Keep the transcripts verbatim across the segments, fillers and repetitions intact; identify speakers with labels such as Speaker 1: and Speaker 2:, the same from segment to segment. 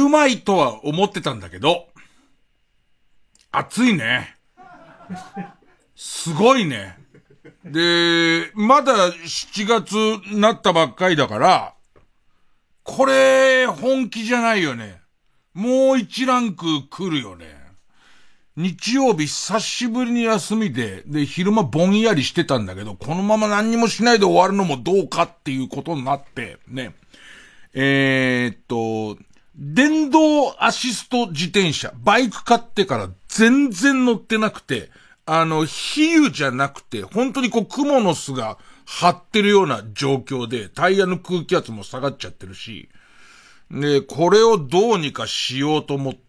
Speaker 1: うまいとは思ってたんだけど、暑いね。すごいね。で、まだしちがつになったばっかりだから、これ、本気じゃないよね。もう一ランク来るよね。日曜日久しぶりに休みで、で、昼間ぼんやりしてたんだけど、このまま何にもしないで終わるのもどうかっていうことになって、ね。えー、っと、電動アシスト自転車、バイク買ってから全然乗ってなくて、あの、比喩じゃなくて、本当にこう、クモの巣が張ってるような状況で、タイヤの空気圧も下がっちゃってるし、で、これをどうにかしようと思って、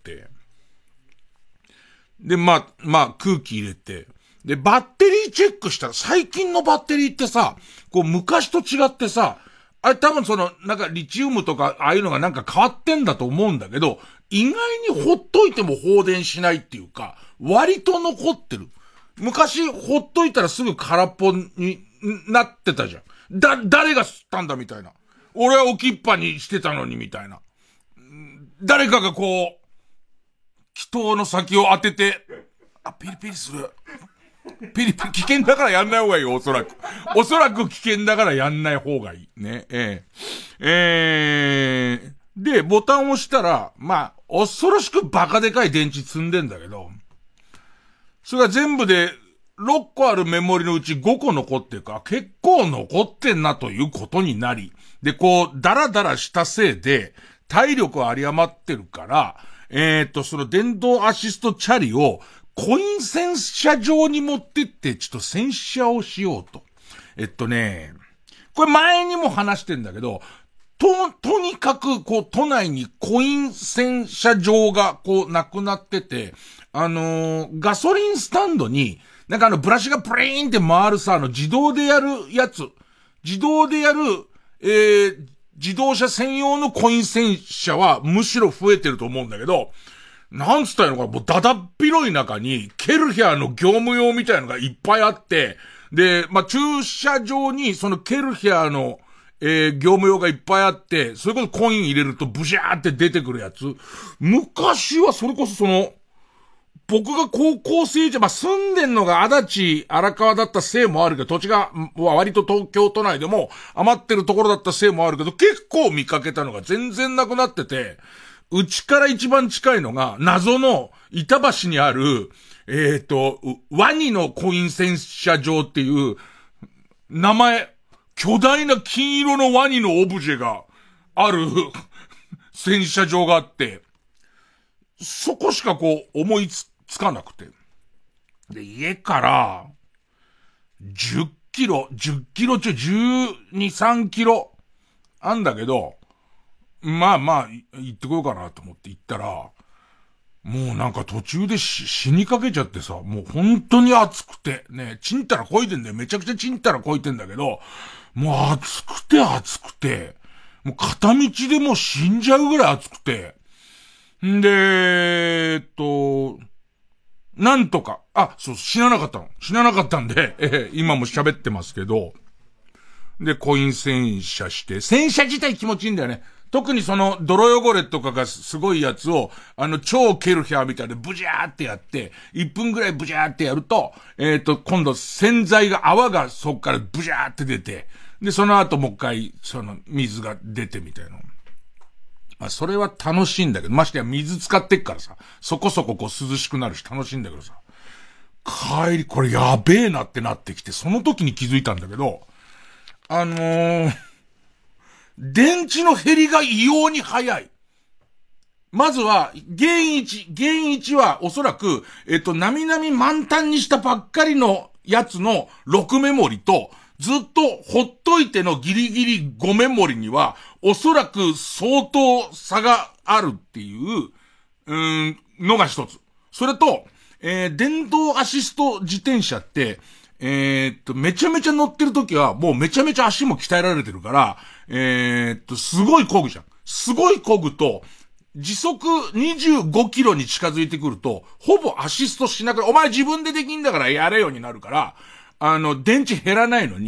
Speaker 1: で、まあ、まあ、空気入れて、で、バッテリーチェックしたら、最近のバッテリーってさ、こう、昔と違ってさ、あれ多分その、なんかリチウムとか、ああいうのがなんか変わってんだと思うんだけど、意外にほっといても放電しないっていうか、割と残ってる。昔、ほっといたらすぐ空っぽになってたじゃん。だ、誰が吸ったんだみたいな。俺は置きっぱにしてたのにみたいな。誰かがこう、気筒の先を当てて、あ、ピリピリする。ピリピリ、危険だからやんない方がいいよ、おそらく。おそらく危険だからやんない方がいい。ね、えー、えー、で、ボタンを押したら、まあ、恐ろしくバカでかい電池積んでんだけど、それが全部でろっこあるメモリのうちごこ残ってるから、結構残ってんなということになり、で、こう、ダラダラしたせいで、体力は有り余ってるから、えっと、その電動アシストチャリを、コイン洗車場に持ってって、ちょっと洗車をしようと。えっとね、これ前にも話してんだけど、と、とにかく、こう、都内にコイン洗車場が、こう、なくなってて、あのー、ガソリンスタンドに、なんかあの、ブラシがプリーンって回るさ、あの、自動でやるやつ、自動でやる、えー、自動車専用のコイン洗車は、むしろ増えてると思うんだけど、なんつったらいいのかな、もうだだっ広い中に、ケルヒャーの業務用みたいなのがいっぱいあって、で、まあ、駐車場に、そのケルヒャーの、えー、業務用がいっぱいあって、それこそコイン入れるとブシャーって出てくるやつ。昔はそれこそその、僕が高校生じゃ、まあ、住んでんのが足立、荒川だったせいもあるけど、土地が、割と東京都内でも余ってるところだったせいもあるけど、結構見かけたのが全然なくなってて、うちから一番近いのが、謎の板橋にある、えっと、ワニのコイン洗車場っていう、名前、巨大な金色のワニのオブジェがある洗車場があって、そこしかこう思いつ、つかなくて。で、家から、じゅっキロ、じゅっキロ中じゅうに、さんキロあんだけど、まあまあ、行ってこようかなと思って行ったら、もうなんか途中でし死にかけちゃってさ、もう本当に暑くて、ね、ちんたらこいてんだよ。めちゃくちゃちんたらこいてんだけど、もう暑くて暑くて、もう片道でもう死んじゃうぐらい暑くて、んで、えっと、なんとか、あ、そう、死ななかったの。死ななかったんで、えー、今も喋ってますけど、で、コイン洗車して、洗車自体気持ちいいんだよね。特にその泥汚れとかがすごいやつを、あの超ケルヒャーみたいでブジャーってやって、いっぷんぐらいブジャーってやると、えっと、今度洗剤が、泡がそっからブジャーって出て、で、その後もう一回、その水が出てみたいな。まあ、それは楽しいんだけど、ましてや水使ってっからさ、そこそここう涼しくなるし楽しいんだけどさ、帰りこれやべえなってなってきて、その時に気づいたんだけど、あのー、電池の減りが異様に早い。まずは、原因いち、原因いちはおそらく、えっと、なみなみ満タンにしたばっかりのやつのろくメモリと、ずっとほっといてのギリギリごメモリには、おそらく相当差があるっていう、うーん、のが一つ。それと、えー、電動アシスト自転車って、えー、っと、めちゃめちゃ乗ってる時は、もうめちゃめちゃ足も鍛えられてるから、えー、っと、すごい漕ぐじゃん。すごい漕ぐと、時速にじゅうごキロに近づいてくると、ほぼアシストしながら、お前自分でできんだからやれよになるから、あの、電池減らないのに、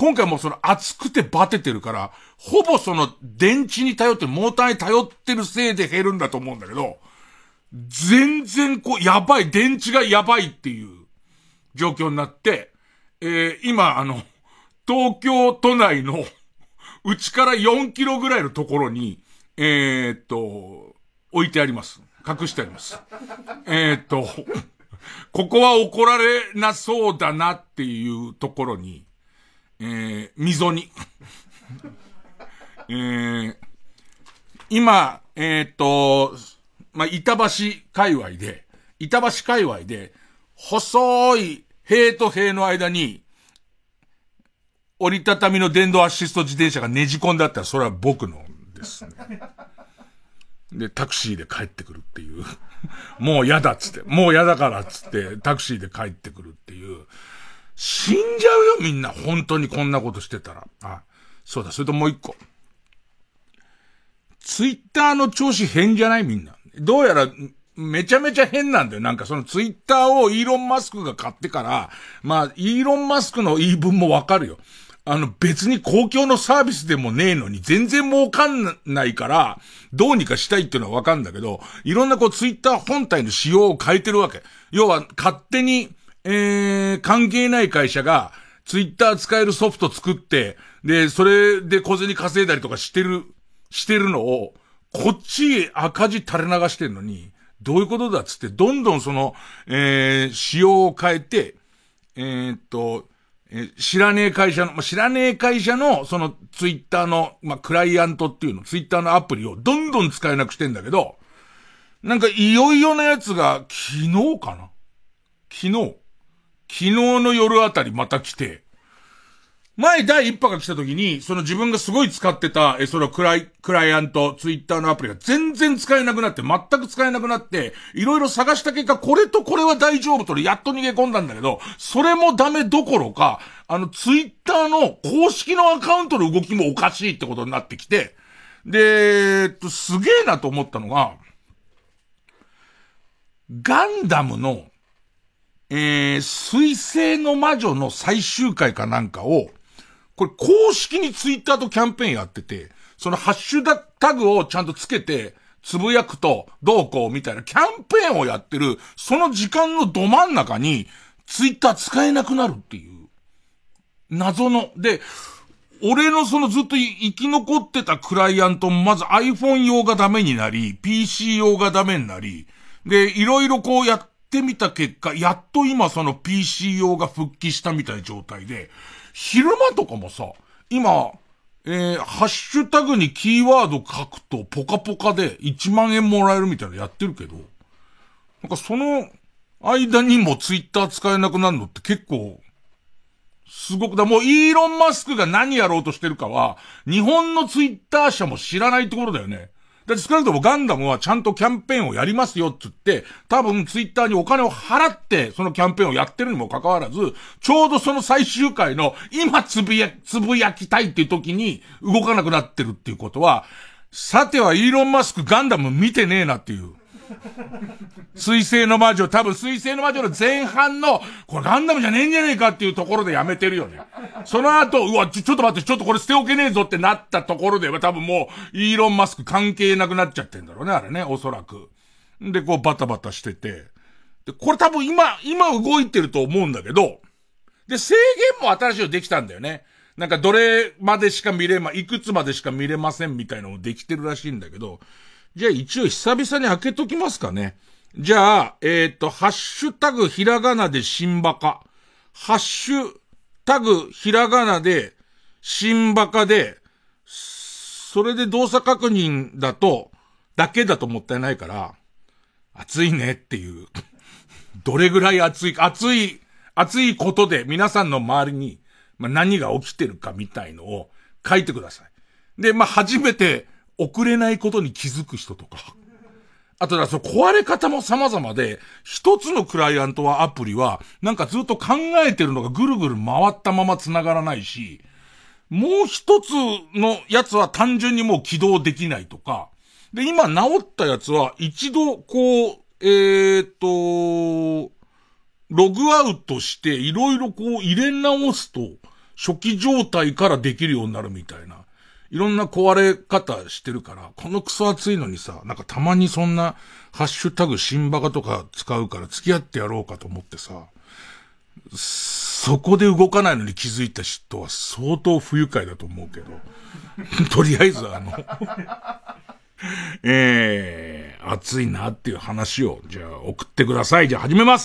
Speaker 1: 今回もその熱くてバテてるから、ほぼその電池に頼ってる、モーターに頼ってるせいで減るんだと思うんだけど、全然こう、やばい、電池がやばいっていう状況になって、えー、今あの、東京都内の、うちからよんキロぐらいのところに、えー、っと、置いてあります。隠してあります。えー、っと、ここは怒られなそうだなっていうところに、えー、溝に。えー、今、えー、っと、まあ、板橋界隈で、板橋界隈で、細い塀と塀の間に、折りたたみの電動アシスト自転車がねじ込んであったら、それは僕のですね。で、タクシーで帰ってくるっていう。もう嫌だっつって、もう嫌だからっつって、タクシーで帰ってくるっていう。死んじゃうよみんな、本当にこんなことしてたら。あ、そうだ、それともう一個。ツイッターの調子変じゃないみんな。どうやら、めちゃめちゃ変なんだよ。なんかそのツイッターをイーロン・マスクが買ってから、まあ、イーロン・マスクの言い分もわかるよ。あの別に公共のサービスでもねえのに全然儲かんないから、どうにかしたいっていうのはわかるんだけど、いろんなこうツイッター本体の仕様を変えてるわけ。要は勝手に、えー、関係ない会社がツイッター使えるソフト作って、で、それで小銭稼いだりとかしてる、してるのを、こっち赤字垂れ流してんのに、どういうことだっつって、どんどんその、えー、仕様を変えて、えー、っと、えー、知らねえ会社の、まあ、知らねえ会社の、そのツイッターの、まあ、クライアントっていうの、ツイッターのアプリをどんどん使えなくしてんだけど、なんかいよいよなやつが、昨日かな昨日昨日の夜あたりまた来て、前第一波が来た時に、その自分がすごい使ってた、え、そのクライ、クライアント、ツイッターのアプリが全然使えなくなって、全く使えなくなって、いろいろ探した結果、これとこれは大丈夫とやっと逃げ込んだんだけど、それもダメどころか、あのツイッターの公式のアカウントの動きもおかしいってことになってきて、で、えっと、すげえなと思ったのが、ガンダムの、えー、水星の魔女の最終回かなんかを、これ公式にツイッターとキャンペーンやってて、そのハッシュタグをちゃんとつけて、つぶやくとどうこうみたいなキャンペーンをやってる、その時間のど真ん中に、ツイッター使えなくなるっていう。謎の。で、俺のそのずっと生き残ってたクライアントもまず iPhone 用がダメになり、ピーシー 用がダメになり、で、いろいろこうやってみた結果、やっと今その ピーシー 用が復帰したみたいな状態で、昼間とかもさ、今、えー、ハッシュタグにキーワード書くとポカポカでいちまんえんもらえるみたいなのやってるけど、なんかその間にもツイッター使えなくなるのって結構、すごくだ、もうイーロン・マスクが何やろうとしてるかは、日本のツイッター社も知らないところだよね。だって少なくともガンダムはちゃんとキャンペーンをやりますよって言って、多分ツイッターにお金を払ってそのキャンペーンをやってるにもかかわらず、ちょうどその最終回の今つぶや、つぶやきたいっていう時に動かなくなってるっていうことは、さてはイーロン・マスクガンダム見てねえなっていう。水星の魔女、多分水星の魔女の前半の、これガンダムじゃねえんじゃねえかっていうところでやめてるよね。その後、うわ、ちょ、ちょっと待って、ちょっとこれ捨ておけねえぞってなったところでは多分もう、イーロン・マスク関係なくなっちゃってんだろうね、あれね、おそらく。で、こうバタバタしてて。で、これ多分今、今動いてると思うんだけど、で、制限も新しいのできたんだよね。なんかどれまでしか見れま、いくつまでしか見れませんみたいなのもできてるらしいんだけど、じゃあ一応久々に開けときますかね。じゃあ、えっと、ハッシュタグひらがなで新バカ。ハッシュタグひらがなで新バカで、それで動作確認だと、だけだともったいないから、熱いねっていう。どれぐらい熱いか、熱い、熱いことで皆さんの周りに、まあ、何が起きてるかみたいのを書いてください。で、まあ、初めて、遅れないことに気づく人とか。あとだ、その壊れ方も様々で、一つのクライアントはアプリは、なんかずっと考えてるのがぐるぐる回ったまま繋がらないし、もう一つのやつは単純にもう起動できないとか。で、今治ったやつは一度こう、えーっと、ログアウトしていろいろこう入れ直すと、 初期状態からできるようになるみたいな。いろんな壊れ方してるから、このクソ暑いのにさ、なんかたまにそんな、ハッシュタグ新バカとか使うから付き合ってやろうかと思ってさ、そこで動かないのに気づいた人は相当不愉快だと思うけど、とりあえずあの、えー、暑いなっていう話を、じゃあ送ってください。じゃあ始めます。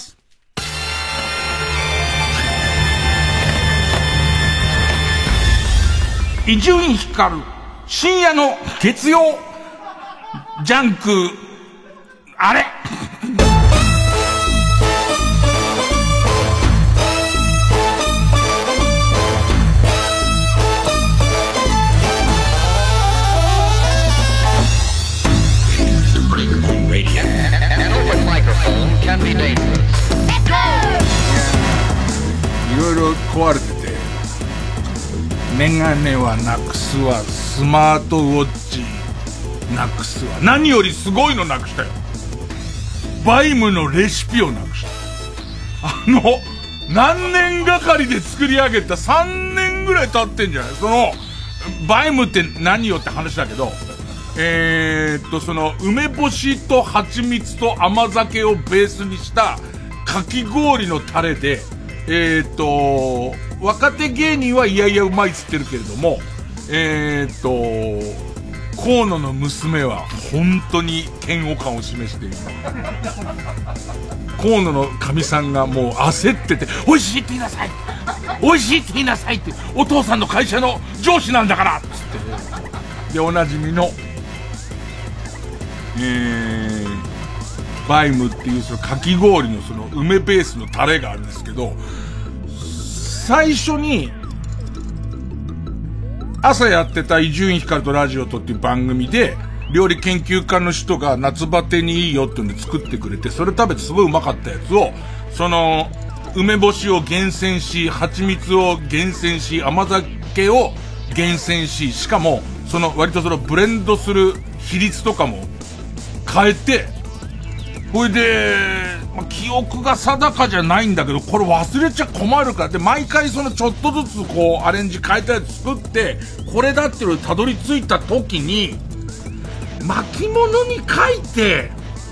Speaker 1: 伊集院光る深夜の月曜ジャンク、あれいろいろ壊れてて、メガネはなくすわ、スマートウォッチなくすわ、何よりすごいのなくしたよ。バイムのレシピをなくした。あの何年がかりで作り上げた、さんねんぐらい経ってんじゃない。そのバイムって何よって話だけど、えーっとその梅干しと蜂蜜と甘酒をベースにしたかき氷のタレで、えーっと若手芸人はいやいやうまいっつってるけれども、えーっと河野の娘は本当に嫌悪感を示している。河野の神さんがもう焦ってて、美味しいって言いなさい、美味しいって言いなさいって、お父さんの会社の上司なんだからっつって、でおなじみのえー、バイムっていうそのかき氷のその梅ベースのタレがあるんですけど、最初に朝やってた伊集院光とラジオとっていう番組で料理研究家の人が夏バテにいいよっていうんで作ってくれて、それ食べてすごいうまかったやつを、その梅干しを厳選し、蜂蜜を厳選し、甘酒を厳選し、しかもその割とそのブレンドする比率とかも変えて、これで、まあ、記憶が定かじゃないんだけど、これ忘れちゃ困るからで、毎回そのちょっとずつこうアレンジ変えたやつ作ってこれだっていうのにたどり着いた時に、巻物に書いて、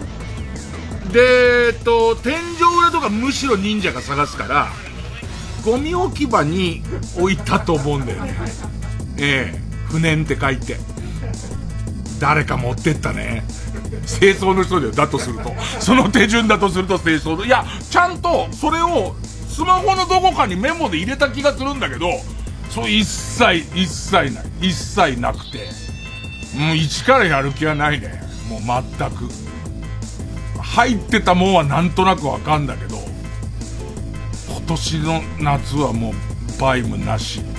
Speaker 1: でえっと天井裏とかむしろ忍者が探すからゴミ置き場に置いたと思うんだよね。ええ、不燃って書いて誰か持ってったね。清掃の人だよ、だとすると。その手順だとすると清掃の。いや、ちゃんとそれをスマホのどこかにメモで入れた気がするんだけど、そう一切、一切ない。一切なくて。もう一からやる気はないね。もう全く。入ってたもんはなんとなくわかんだけど、今年の夏はもうバイムなしっていう。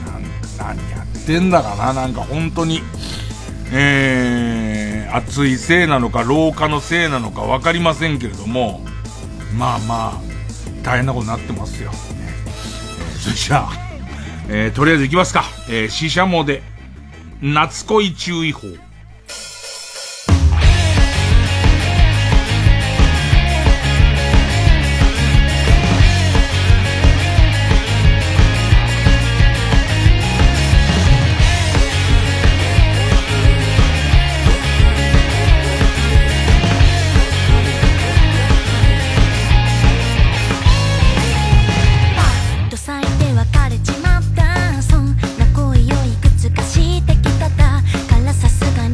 Speaker 1: なん何やってんだかな、なんか本当に。えー、暑いせいなのか老化のせいなのか分かりませんけれども、まあまあ大変なことになってますよ、えー、それじゃあ、えー、とりあえず行きますか。えー、シシャモで夏恋注意報。
Speaker 2: からさすがに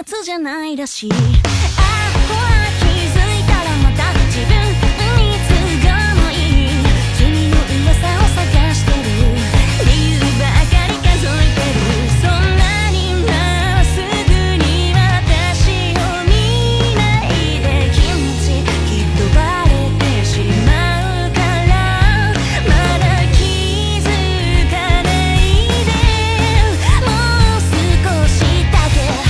Speaker 2: やつじゃないらしい。あ、ほら気づいたらまた自分に都合のいい君の噂を探してる。理由ばかり数えてる。そんなにまっすぐに私を見ないで。気持ちきっとバレてしまうからまだ気づかないで。もう少しだけ。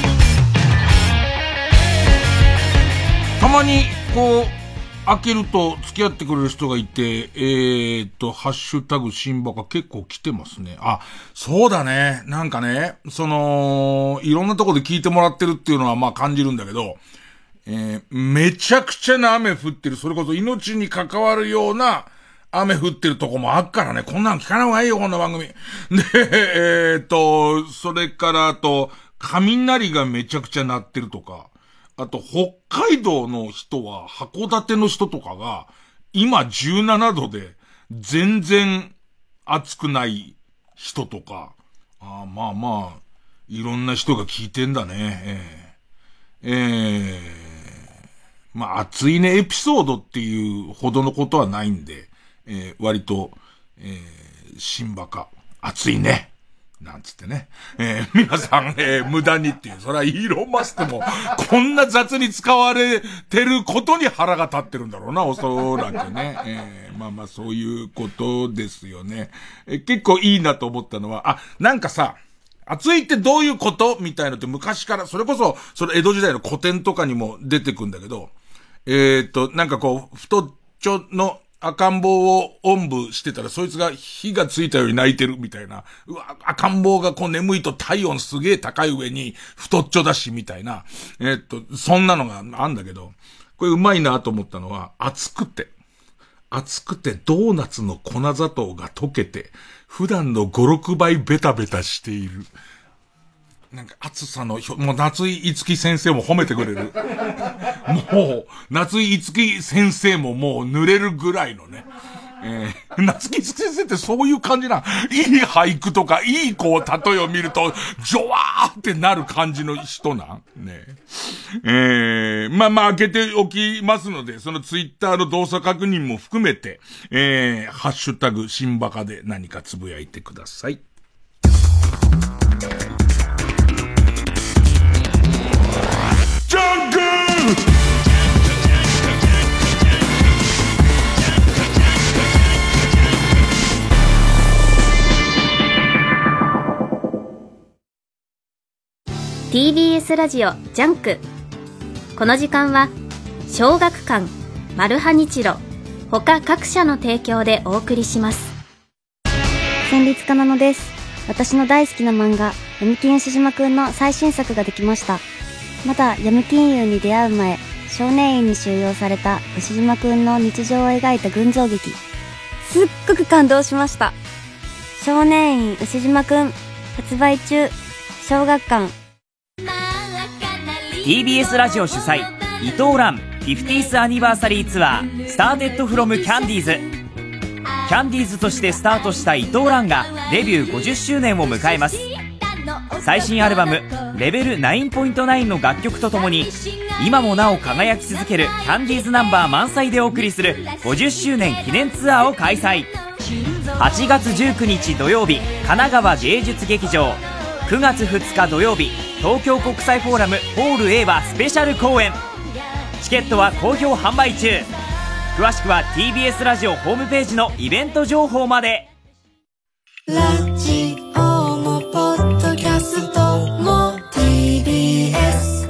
Speaker 1: たまにこう開けると付き合ってくれる人がいて、えーっとハッシュタグ新バカ結構来てますね。あ、そうだね。なんかね、そのいろんなとこで聞いてもらってるっていうのはまあ感じるんだけど、えー、めちゃくちゃな雨降ってる、それこそ命に関わるような雨降ってるとこもあっからね、こんなの聞かない方がいいよ、こんな番組。で、えーっと、それからあと、雷がめちゃくちゃ鳴ってるとか、あと、北海道の人は、函館の人とかが、今じゅうななどで、全然暑くない人とか、あまあまあ、いろんな人が聞いてんだね。えー、えー、まあ、暑いねエピソードっていうほどのことはないんで、えー、割と、えー、新バカ、暑いね。なんつってね。えー、皆さん、えー、無駄にっていう、それはイーロンマスクも、こんな雑に使われてることに腹が立ってるんだろうな、おそらくね。えー、まあまあ、そういうことですよね。えー、結構いいなと思ったのは、あ、なんかさ、暑いってどういうことみたいのって昔から、それこそ、その江戸時代の古典とかにも出てくんだけど、えーっと、なんかこう、太っちょの、赤ん坊をおんぶしてたら、そいつが火がついたように泣いてるみたいな。うわ、赤ん坊がこう眠いと体温すげえ高い上に太っちょだしみたいな。えー、っと、そんなのがあんだけど、これうまいなと思ったのは、熱くて。熱くてドーナツの粉砂糖が溶けて、普段のご、ろくばいベタベタしている。なんか暑さの、もう夏井いつき先生も褒めてくれる。もう、夏井いつき先生ももう濡れるぐらいのね。えー、夏井いつき先生ってそういう感じな。いい俳句とか、いいこう、例えを見ると、ジョワーってなる感じの人なんね。えー、まあまあ開けておきますので、そのツイッターの動作確認も含めて、えー、ハッシュタグ、新バカで何かつぶやいてください。
Speaker 3: ティービーエス ラジオジャンク。この時間は小学館、マルハニチロ他各社の提供でお送りします。
Speaker 4: 戦慄かなのです。私の大好きな漫画ヤムキン牛島くんの最新作ができました。まだヤムキンユに出会う前、少年院に収容された牛島くんの日常を描いた群像劇、すっごく感動しました。少年院牛島くん発売中。小学館。
Speaker 5: ティービーエス ラジオ主催伊藤蘭 フィフティース アニバーサリーツアースターテッドフロムキャンディーズ。キャンディーズとしてスタートした伊藤蘭がデビューごじゅっしゅうねんを迎えます。最新アルバムレベル ナインポイントナイン の楽曲とともに今もなお輝き続けるキャンディーズナンバー満載でお送りするごじゅっしゅうねん記念ツアーを開催。はちがつじゅうくにち土曜日神奈川芸術劇場、くがつふつか土曜日東京国際フォーラムホール A はスペシャル公演。チケットは好評販売中。詳しくは ティービーエス ラジオホームページのイベント情報まで。
Speaker 2: ラジオもポッドキャストも ティービーエス。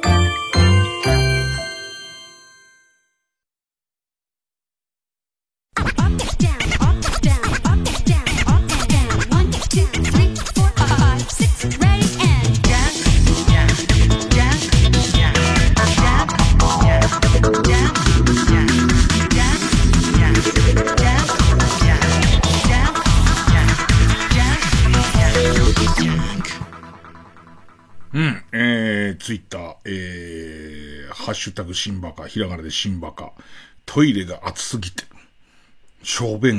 Speaker 1: うん、えー、ツイッター、えー、ハッシュタグ新バカ、ひらがなで新バカ、トイレが暑すぎて、小便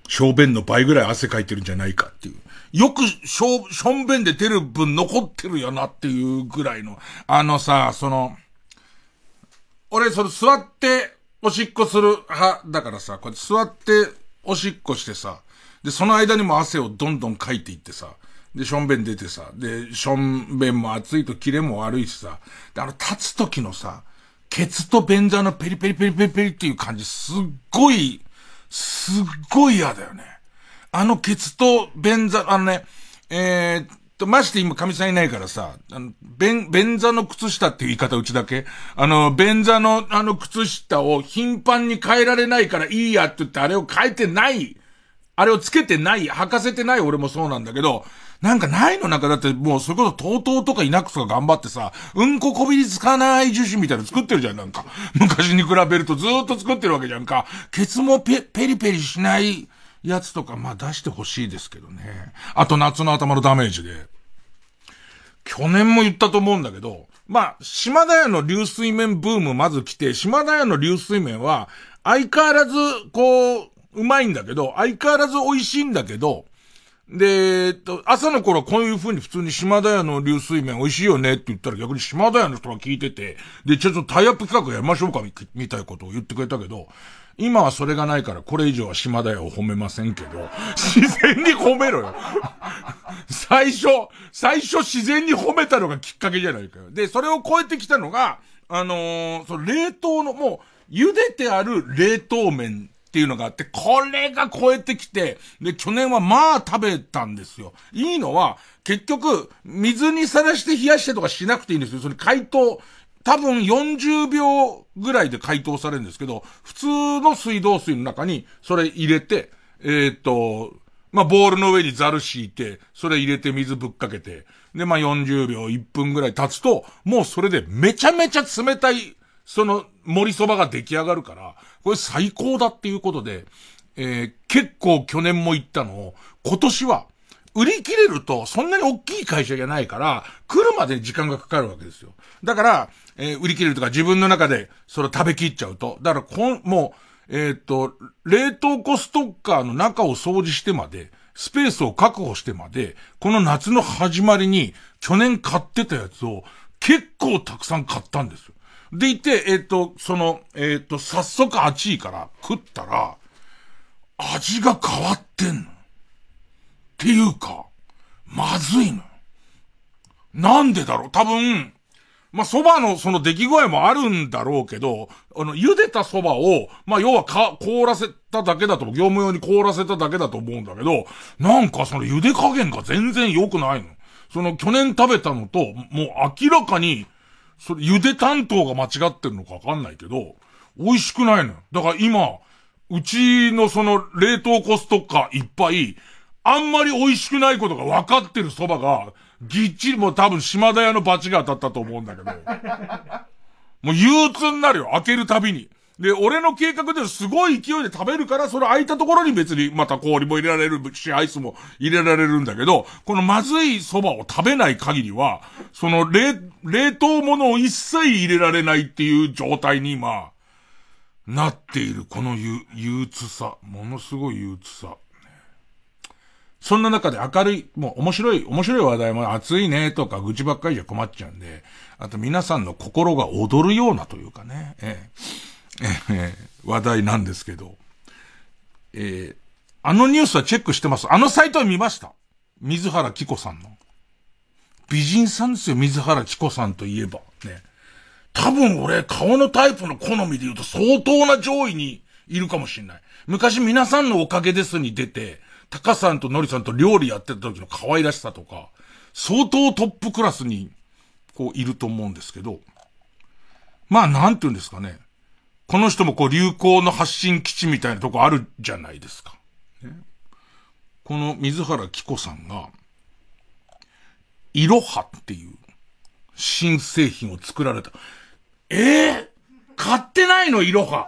Speaker 1: 小便の倍ぐらい汗かいてるんじゃないかっていう。よく小、小便で出る分残ってるよなっていうぐらいの。あのさ、その、俺、その座っておしっこする派だからさ、こうやって座っておしっこしてさ、で、その間にも汗をどんどんかいていってさ、で、しょんべん出てさ、で、しょんべんも熱いとキレも悪いしさ、で、あの、立つ時のさ、ケツと便座のペリペリペリペリペリっていう感じ、すっごい、すっごい嫌だよね。あのケツと便座、あのね、えー、っと、まして今神さんいないからさ、あの、便、便座の靴下っていう言い方うちだけあの、便座のあの靴下を頻繁に変えられないからいいやって言ってあれを変えてない、あれをつけてない、履かせてない俺もそうなんだけど、なんかないのなんかだってもうそれこそ トートー とかイナックスが頑張ってさ、うんここびりつかない樹脂みたいなの作ってるじゃんなんか。昔に比べるとずーっと作ってるわけじゃんか。ケツもペ、ペリペリしないやつとかまあ出してほしいですけどね。あと夏の頭のダメージで。去年も言ったと思うんだけど、まあ、島田屋の流水麺ブームまず来て、島田屋の流水麺は相変わらずこう、うまいんだけど、相変わらず美味しいんだけど、で、えっと、朝の頃はこういう風に普通に島田屋の流水麺美味しいよねって言ったら逆に島田屋の人が聞いてて、で、ちょっとタイアップ企画やりましょうかみ、みたいなことを言ってくれたけど、今はそれがないからこれ以上は島田屋を褒めませんけど、自然に褒めろよ。最初、最初自然に褒めたのがきっかけじゃないかよ。で、それを超えてきたのが、あのー、その冷凍の、もう、茹でてある冷凍麺っていうのがあって、これが超えてきて、で、去年はまあ食べたんですよ。いいのは、結局、水にさらして冷やしてとかしなくていいんですよ。それ解凍、多分よんじゅうびょうぐらいで解凍されるんですけど、普通の水道水の中にそれ入れて、えー、っと、まあ、ボールの上にザル敷いて、それ入れて水ぶっかけて、で、まあ、よんじゅうびょう、いっぷんぐらい経つと、もうそれでめちゃめちゃ冷たい、その、盛りそばが出来上がるから、これ最高だっていうことで、えー、結構去年も言ったのを、今年は、売り切れると、そんなに大きい会社じゃないから、来るまで時間がかかるわけですよ。だから、えー、売り切れるとか自分の中で、それを食べきっちゃうと、だからこん、もう、えっと、冷凍庫ストッカーの中を掃除してまで、スペースを確保してまで、この夏の始まりに、去年買ってたやつを、結構たくさん買ったんですよ。でいて、えっと、その、えっと、早速暑いから食ったら、味が変わってんの。っていうか、まずいの。なんでだろう多分、まあ、蕎麦のその出来具合もあるんだろうけど、あの、茹でた蕎麦を、まあ、要はか、凍らせただけだと、業務用に凍らせただけだと思うんだけど、なんかその茹で加減が全然良くないの。その去年食べたのと、もう明らかに、それ茹で担当が間違ってるのかわかんないけど、美味しくないのよ。だから今、うちのその冷凍庫ストッカーいっぱい、あんまり美味しくないことが分かってる蕎麦が、ぎっちりもう多分島田屋のバチが当たったと思うんだけど。もう憂鬱になるよ、開けるたびに。で、俺の計画ではすごい勢いで食べるから、それ開いたところに別にまた氷も入れられるし、アイスも入れられるんだけど、このまずい蕎麦を食べない限りは、その冷、冷凍物を一切入れられないっていう状態に今、なっている、この憂鬱さ。ものすごい憂鬱さ。そんな中で明るい、もう面白い、面白い話題も熱いねとか愚痴ばっかりじゃ困っちゃうんで、あと皆さんの心が踊るようなというかね、えーえー、話題なんですけど、えー、あのニュースはチェックしてます。あのサイトを見ました。水原希子さんの。美人さんですよ、水原希子さんといえば。ね。多分俺、顔のタイプの好みで言うと相当な上位にいるかもしれない。昔皆さんのおかげですに出て、タカさんとノリさんと料理やってた時の可愛らしさとか、相当トップクラスに、こういると思うんですけど、まあなんて言うんですかね。この人もこう流行の発信基地みたいなとこあるじゃないですか。ね、この水原希子さんが、いろはっていう新製品を作られた。えー、買ってないのいろは。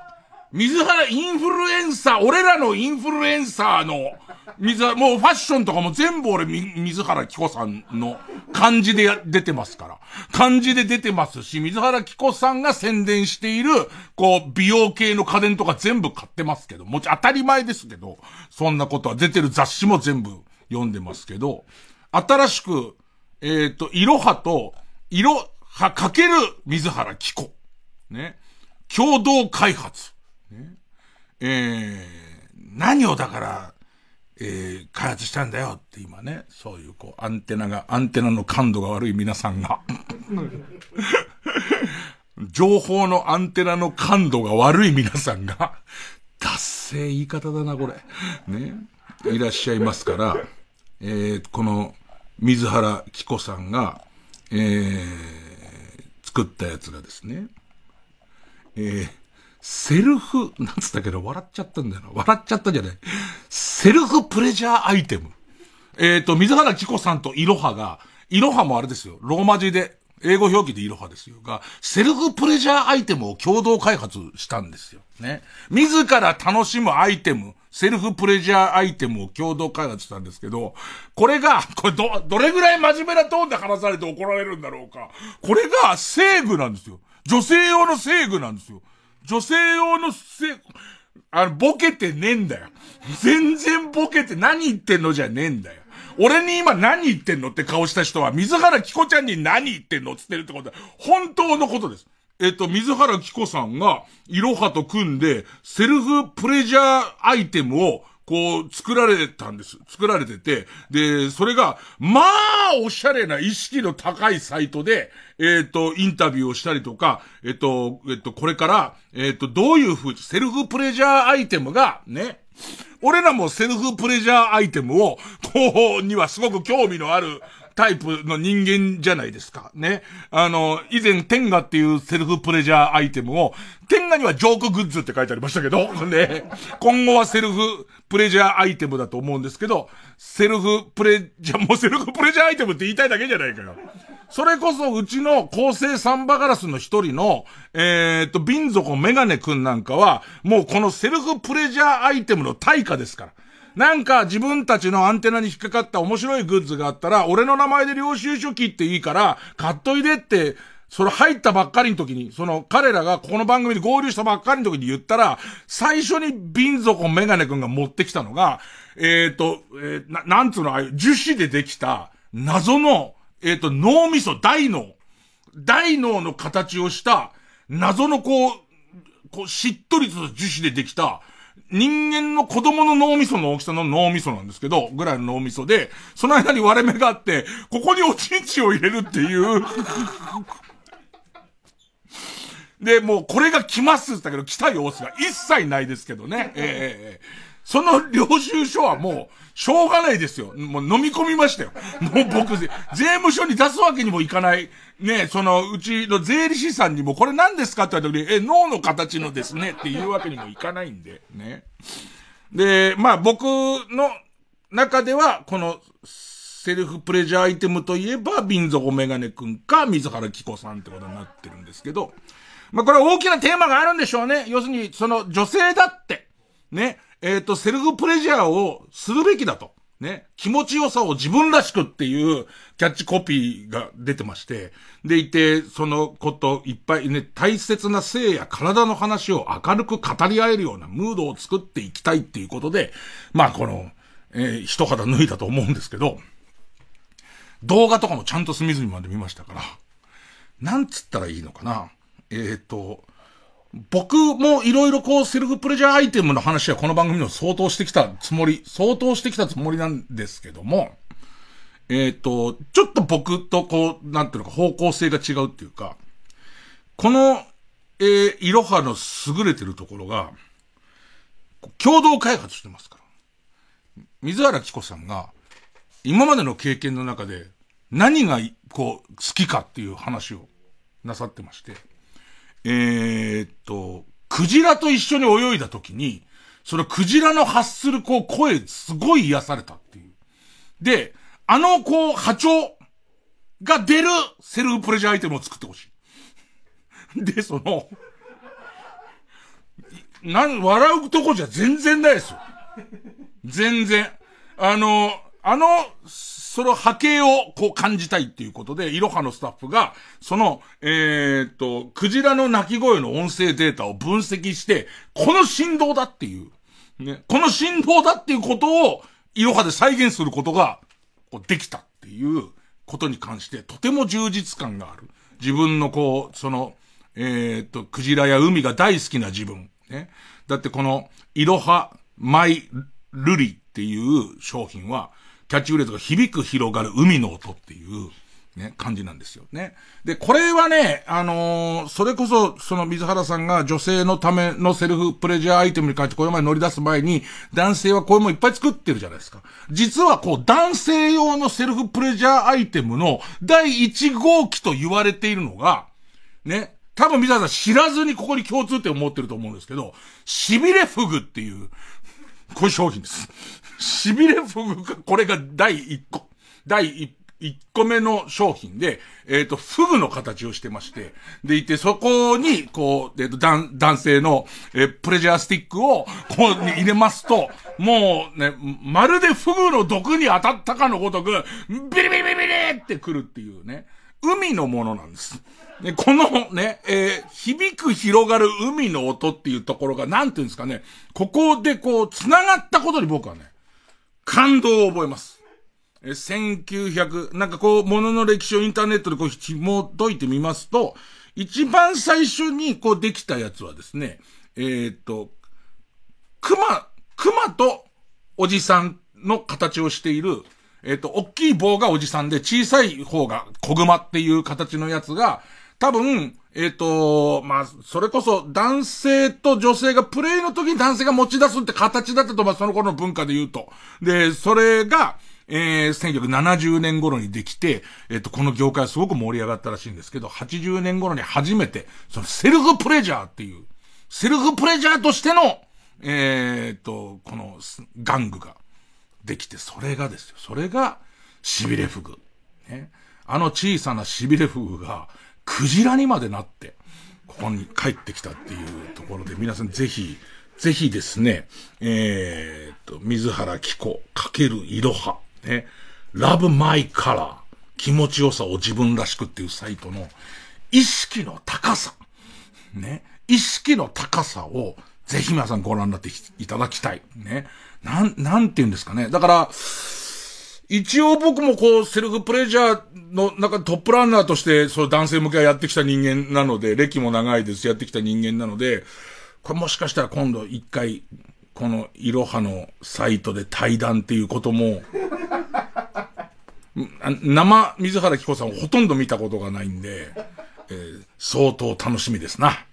Speaker 1: 水原インフルエンサー、俺らのインフルエンサーの、水原、もうファッションとかも全部俺、水原希子さんの漢字で出てますから。漢字で出てますし、水原希子さんが宣伝している、こう、美容系の家電とか全部買ってますけど、もちろん当たり前ですけど、そんなことは出てる雑誌も全部読んでますけど、新しく、えっと、いろはと、いろはかける水原希子。ね。共同開発。ね、えー、何をだから、えー、開発したんだよって今ね、そういうこう、アンテナが、アンテナの感度が悪い皆さんが、情報のアンテナの感度が悪い皆さんが、達成言い方だな、これ。ね。いらっしゃいますから、えー、この、水原希子さんが、えー、作ったやつがですね、えー、セルフ、なんつったけど笑っちゃったんだよな。笑っちゃったじゃない。セルフプレジャーアイテム。えっと、水原希子さんといろはが、いろはもあれですよ。ローマ字で、英語表記でいろはですよ。が、セルフプレジャーアイテムを共同開発したんですよ。ね。自ら楽しむアイテム、セルフプレジャーアイテムを共同開発したんですけど、これが、これど、どれぐらい真面目なトーンで話されて怒られるんだろうか。これが、制具なんですよ。女性用の制具なんですよ。女性用のせ、あの、ボケてねえんだよ。全然ボケて何言ってんのじゃねえんだよ。俺に今何言ってんのって顔した人は、水原希子ちゃんに何言ってんのって言ってるってことは、本当のことです。えっと、水原希子さんが、いろはと組んで、セルフプレジャーアイテムを、こう、作られたんです。作られてて、で、それが、まあ、おしゃれな意識の高いサイトで、えっと、インタビューをしたりとか、えっと、えっと、これから、えっと、どういう風、セルフプレジャーアイテムが、ね、俺らもセルフプレジャーアイテムを、こう、にはすごく興味のあるタイプの人間じゃないですか。ね。あの、以前、テンガっていうセルフプレジャーアイテムを、テンガにはジョークグッズって書いてありましたけど、ね。今後はセルフプレジャーアイテムだと思うんですけど、セルフプレジャー、もうセルフプレジャーアイテムって言いたいだけじゃないかよ。それこそうちの構成サンバガラスの一人の、えー、っと、瓶底メガネくんなんかは、もうこのセルフプレジャーアイテムの対価ですから。なんか自分たちのアンテナに引っかかった面白いグッズがあったら、俺の名前で領収書切っていいから、買っといでって、その入ったばっかりの時に、その彼らがこの番組に合流したばっかりの時に言ったら、最初に瓶底メガネくんが持ってきたのが、えー、っと、えー、な、なんつうの、ああいう樹脂でできた謎の、えっと、脳みそ、大脳。大脳の形をした、謎のこう、こう、しっとりと樹脂でできた、人間の子供の脳みその大きさの脳みそなんですけど、ぐらいの脳みそで、その間に割れ目があって、ここにおちんちんを入れるっていう。で、もうこれが来ますって言ったけど、来た様子が一切ないですけどね。ええーその領収書はもう、しょうがないですよ。もう飲み込みましたよ。もう僕、税務署に出すわけにもいかない。ね、その、うちの税理士さんにも、これ何ですかって言われた時に、え、脳の形のですねっていうわけにもいかないんで、ね。で、まあ僕の中では、この、セルフプレジャーアイテムといえば、瓶底メガネくんか、水原希子さんってことになってるんですけど、まあこれは大きなテーマがあるんでしょうね。要するに、その女性だって、ね。えっと、セルフプレジャーをするべきだと。ね。気持ちよさを自分らしくっていうキャッチコピーが出てまして。でいて、そのこといっぱいね、大切な性や体の話を明るく語り合えるようなムードを作っていきたいっていうことで、まあこの、えー、一肌脱いだと思うんですけど、動画とかもちゃんと隅々まで見ましたから、なんつったらいいのかな。えっ、ー、と、僕もいろいろこうセルフプレジャーアイテムの話はこの番組の相当してきたつもり、相当してきたつもりなんですけども、えっと、ちょっと僕とこう、なんていうのか方向性が違うっていうか、この、えー、いろはの優れてるところが、共同開発してますから。水原希子さんが、今までの経験の中で何がこう好きかっていう話をなさってまして、えー、っと、クジラと一緒に泳いだ時に、そのクジラの発するこう声、すごい癒されたっていう。で、あのこう波長が出るセルフプレジャーアイテムを作ってほしい。で、その、 なん、笑うとこじゃ全然ないですよ。全然。あの、あの、その波形をこう感じたいっていうことで、いろはのスタッフが、その、えー、っと、クジラの鳴き声の音声データを分析して、この振動だっていう、ね、この振動だっていうことを、いろはで再現することが、こうできたっていうことに関して、とても充実感がある。自分のこう、その、えー、っと、クジラや海が大好きな自分。ね。だってこの、いろはマイルリっていう商品は、キャッチフレーズが響く広がる海の音っていう、ね、感じなんですよね。で、これはね、あのー、それこそ、その水原さんが女性のためのセルフプレジャーアイテムに関してこれまで乗り出す前に、男性はこういうものいっぱい作ってるじゃないですか。実はこう、男性用のセルフプレジャーアイテムの第一号機と言われているのが、ね、多分水原さん知らずにここに共通点を持ってると思うんですけど、しびれフグっていう、こういう商品です。しびれフグが、これが第一個、第一個目の商品で、えっと、フグの形をしてまして、でいて、そこに、こう、えっと、男、男性の、え、プレジャースティックを、こう、に入れますと、もうね、まるでフグの毒に当たったかのごとく、ビリビリビリビリってくるっていうね、海のものなんです。で、このね、えー、響く広がる海の音っていうところが、なんていうんですかね、ここでこう、繋がったことに僕はね、感動を覚えます。え、せんきゅうひゃく、なんかこう、物の歴史をインターネットでこう、紐解いてみますと、一番最初にこうできたやつはですね、えー、っと、熊、熊とおじさんの形をしている、えー、っと、大きい棒がおじさんで小さい方が小熊っていう形のやつが、多分、えっと、まあ、それこそ男性と女性がプレイの時に男性が持ち出すって形だったと、まあ、その頃の文化で言うと。で、それが、えー、せんきゅうひゃくななじゅうねん頃にできて、えっと、この業界はすごく盛り上がったらしいんですけど、はちじゅうねん頃に初めて、そのセルフプレジャーっていう、セルフプレジャーとしての、えー、っと、この玩具ができて、それがですよ。それが、しびれフグ。ね。あの小さなしびれフグが、クジラにまでなって、ここに帰ってきたっていうところで、皆さんぜひ、ぜひですね、えー、っと、水原希子×いろは、ね、Love My Color、気持ちよさを自分らしくっていうサイトの、意識の高さ、ね、意識の高さを、ぜひ皆さんご覧になっていただきたい。ね。なん、なんて言うんですかね。だから、一応僕もこう、セルフプレジャーの中トップランナーとして、そう男性向けはやってきた人間なので、歴も長いです、やってきた人間なので、これもしかしたら今度一回、このいろはのサイトで対談っていうことも、生水原希子さんをほとんど見たことがないんで、えー、相当楽しみですな。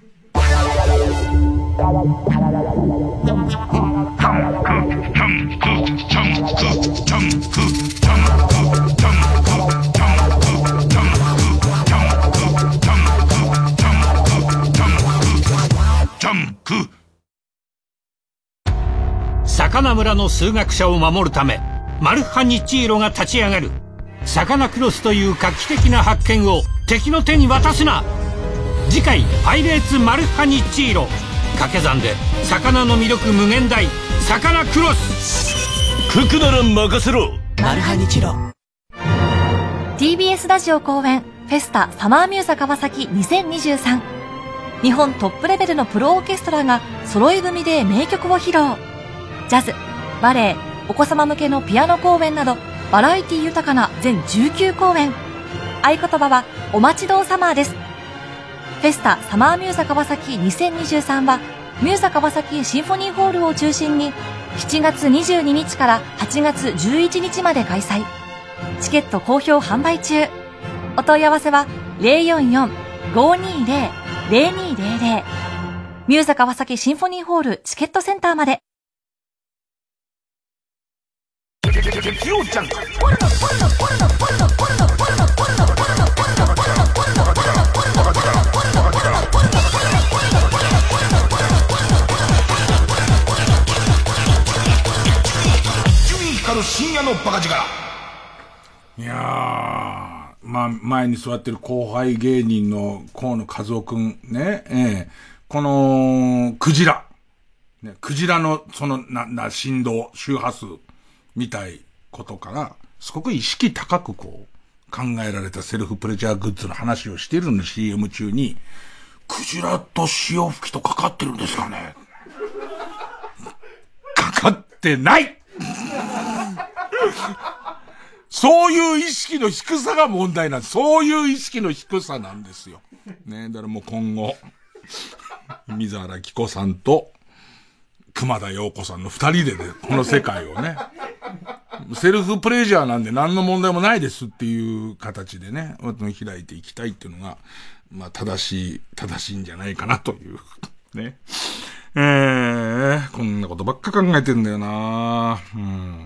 Speaker 6: 魚村の数学者を守るためマルハニチーロが立ち上がる。サカナクロスという画期的な発見を敵の手に渡すな。次回パイレーツマルハニチーロ、掛け算で魚の魅力無限大、サカナクロス。ククなら任せろマルハニチロ。
Speaker 7: ティービーエス ラジオ公演フェスタサマーミューザ川崎にせんにじゅうさん。日本トップレベルのプロオーケストラが揃い踏みで名曲を披露。ジャズ、バレエ、お子様向けのピアノ公演などバラエティ豊かな全じゅうきゅう公演。合言葉はお待ちどうサマーです。フェスタサマーミューザ川崎にせんにじゅうさんはミューザ川崎シンフォニーホールを中心にしちがつにじゅうににちからはちがつじゅういちにちまで開催。チケット好評販売中。お問い合わせは ゼロよんよん ごーにーゼロ ゼロにーゼロゼロ ミューザ川崎シンフォニーホールチケットセンターまで。
Speaker 1: 深夜のバカ力。いやー、まあ、前に座ってる後輩芸人の河野和夫くんね、ええー、 この、クジラ。ね、クジラの、その、な、な、振動、周波数、みたいことから、すごく意識高くこう、考えられたセルフプレジャーグッズの話をしてるの シーエム 中に、クジラと潮吹きとかかってるんですかね？かかってないそういう意識の低さが問題なんです。そういう意識の低さなんですよ。ね、だからもう今後、水原希子さんと熊田陽子さんの二人でね、この世界をね、セルフプレジャーなんで何の問題もないですっていう形でね、開いていきたいっていうのが、まあ正しい、正しいんじゃないかなという、ね。えー、こんなことばっか考えてんだよなうん。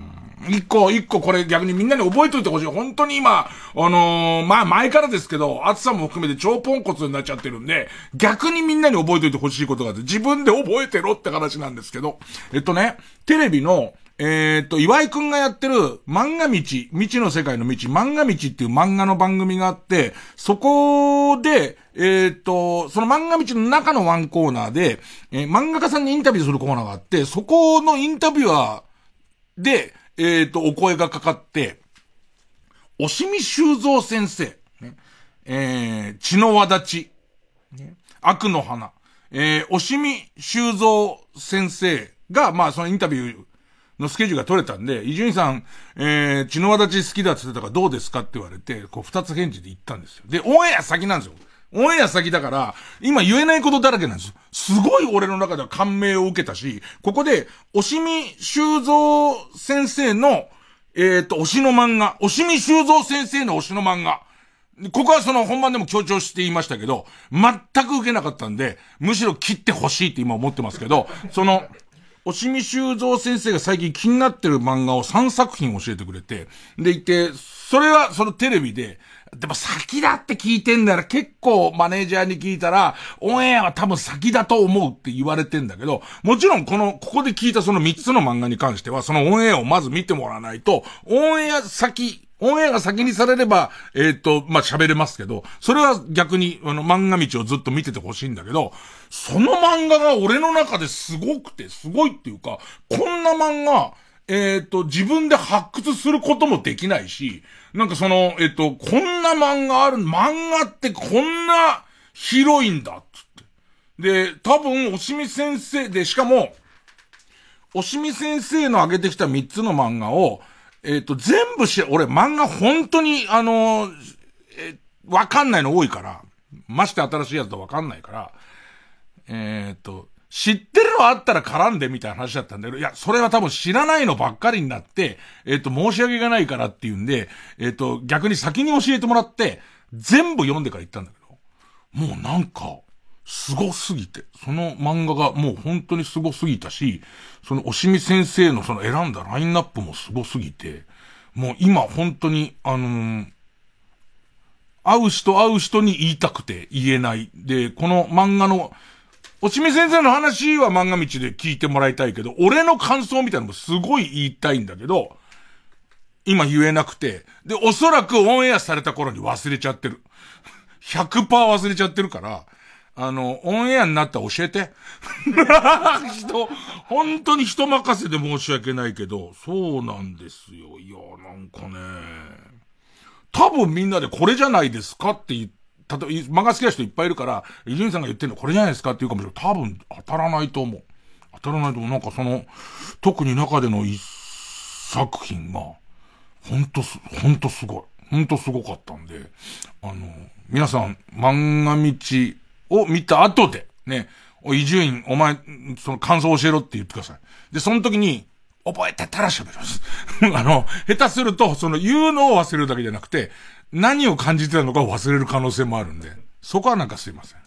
Speaker 1: 一個、一個これ逆にみんなに覚えといてほしい。本当に今、あのー、まあ前からですけど、暑さも含めて超ポンコツになっちゃってるんで、逆にみんなに覚えといてほしいことがあって、自分で覚えてろって話なんですけど、えっとね、テレビの、えー、っと、岩井くんがやってる漫画道、未知の世界の道、漫画道っていう漫画の番組があって、そこで、えー、っと、その漫画道の中のワンコーナーで、えー、漫画家さんにインタビューするコーナーがあって、そこのインタビュアーで、えー、っと、お声がかかって、押見修造先生、ね、えー、血の輪立ち、ね、悪の花、えー、押見修造先生が、まあ、そのインタビュー、のスケジュールが取れたんで、伊集院さん、えー、血の輪立ち好きだって言ってたからどうですかって言われて、こう二つ返事で言ったんですよ。で、オンエア先なんですよ。オンエア先だから、今言えないことだらけなんですよ。すごい俺の中では感銘を受けたし、ここで、押見修造先生の、えーと、推しの漫画、押見修造先生の推しの漫画、ここはその本番でも強調して言いましたけど、全く受けなかったんで、むしろ切ってほしいって今思ってますけど、その、押見修造先生が最近気になってる漫画をさんさく品教えてくれて、でいて、それはそのテレビで、でも先だって聞いてんだら結構マネージャーに聞いたら、オンエアは多分先だと思うって言われてんだけど、もちろんこの、ここで聞いたそのみっつの漫画に関しては、そのオンエアをまず見てもらわないと、オンエア先、オンエアが先にされれば、えっと、まあ、喋れますけど、それは逆に、あの、漫画道をずっと見ててほしいんだけど、その漫画が俺の中ですごくて、すごいっていうか、こんな漫画、えっと、自分で発掘することもできないし、なんかその、えっと、こんな漫画ある、漫画ってこんな広いんだ、つって。で、多分、押見先生で、しかも、押見先生の上げてきたみっつの漫画を、えっと、全部し、俺漫画本当に、あの、え、わかんないの多いから、まして新しいやつとわかんないから、えっと、知ってるのあったら絡んでみたいな話だったんだけど、いや、それは多分知らないのばっかりになって、えっと、申し訳がないからっていうんで、えっと、逆に先に教えてもらって、全部読んでから言ったんだけど、もうなんか、すごすぎて、その漫画がもう本当にすごすぎたし、その押見先生のその選んだラインナップもすごすぎて、もう今本当に、あのー、会う人会う人に言いたくて言えない。で、この漫画の、押見先生の話は漫画道で聞いてもらいたいけど、俺の感想みたいなのもすごい言いたいんだけど、今言えなくて、で、おそらくオンエアされた頃に忘れちゃってる。ひゃくパーセント 忘れちゃってるから、あの、オンエアになったら教えて。人、本当に人任せで申し訳ないけど、そうなんですよ。いや、なんかね、多分みんなでこれじゃないですかって言って、たとえ、漫画好きな人いっぱいいるから、伊集院さんが言ってんのこれじゃないですかって言うかもしれない。多分当たらないと思う。当たらないと思う。なんかその、特に中での一作品が、ほんとす、ほんとすごい。ほんとすごかったんで、あの、皆さん、漫画道を見た後で、ね、伊集院、お前、その感想教えろって言ってください。で、その時に、覚えてたら喋ります。あの、下手すると、その言うのを忘れるだけじゃなくて、何を感じてたのかを忘れる可能性もあるんで、そこはなんかすいません。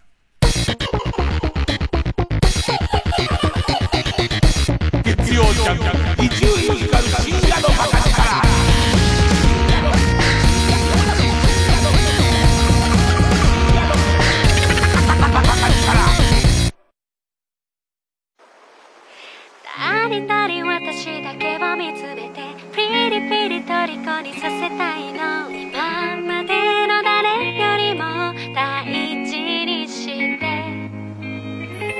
Speaker 1: 月曜ジャンク、伊集院光る深夜のバカ力。
Speaker 2: ありたり私だけを見つめてピリピリ虜にさせたいの今までの誰よりも大事にして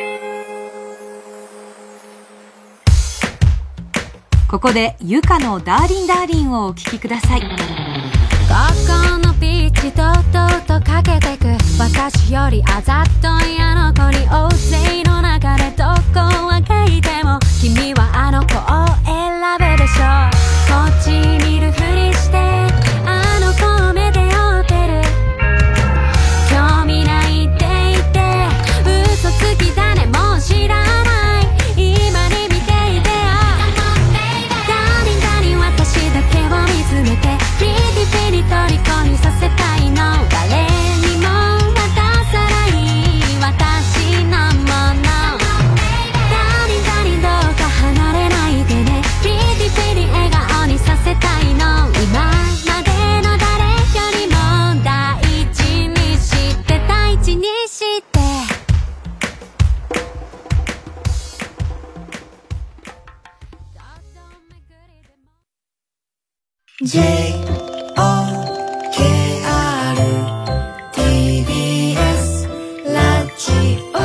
Speaker 7: ここでゆかのダーリンダーリンをお聴きください。
Speaker 2: ここのピッチとうとうとかけてく私よりあざといあの子に大勢の中でどこを書いても君はあの子を選ぶでしょう。こっち見るふりしてあの子を目で追ってる興味ないって言って嘘つきだねもう知らない今に見ていてよダーリンダーリン私だけを見つめてピリピリ虜にさせたいの誰にも渡さない私のものダーリンダーリンどうか離れないでねピリピリ笑顔にさせたいの今までの誰よりも大事にして大事にして
Speaker 8: ジェイオーケーアール ティービーエス ラジオ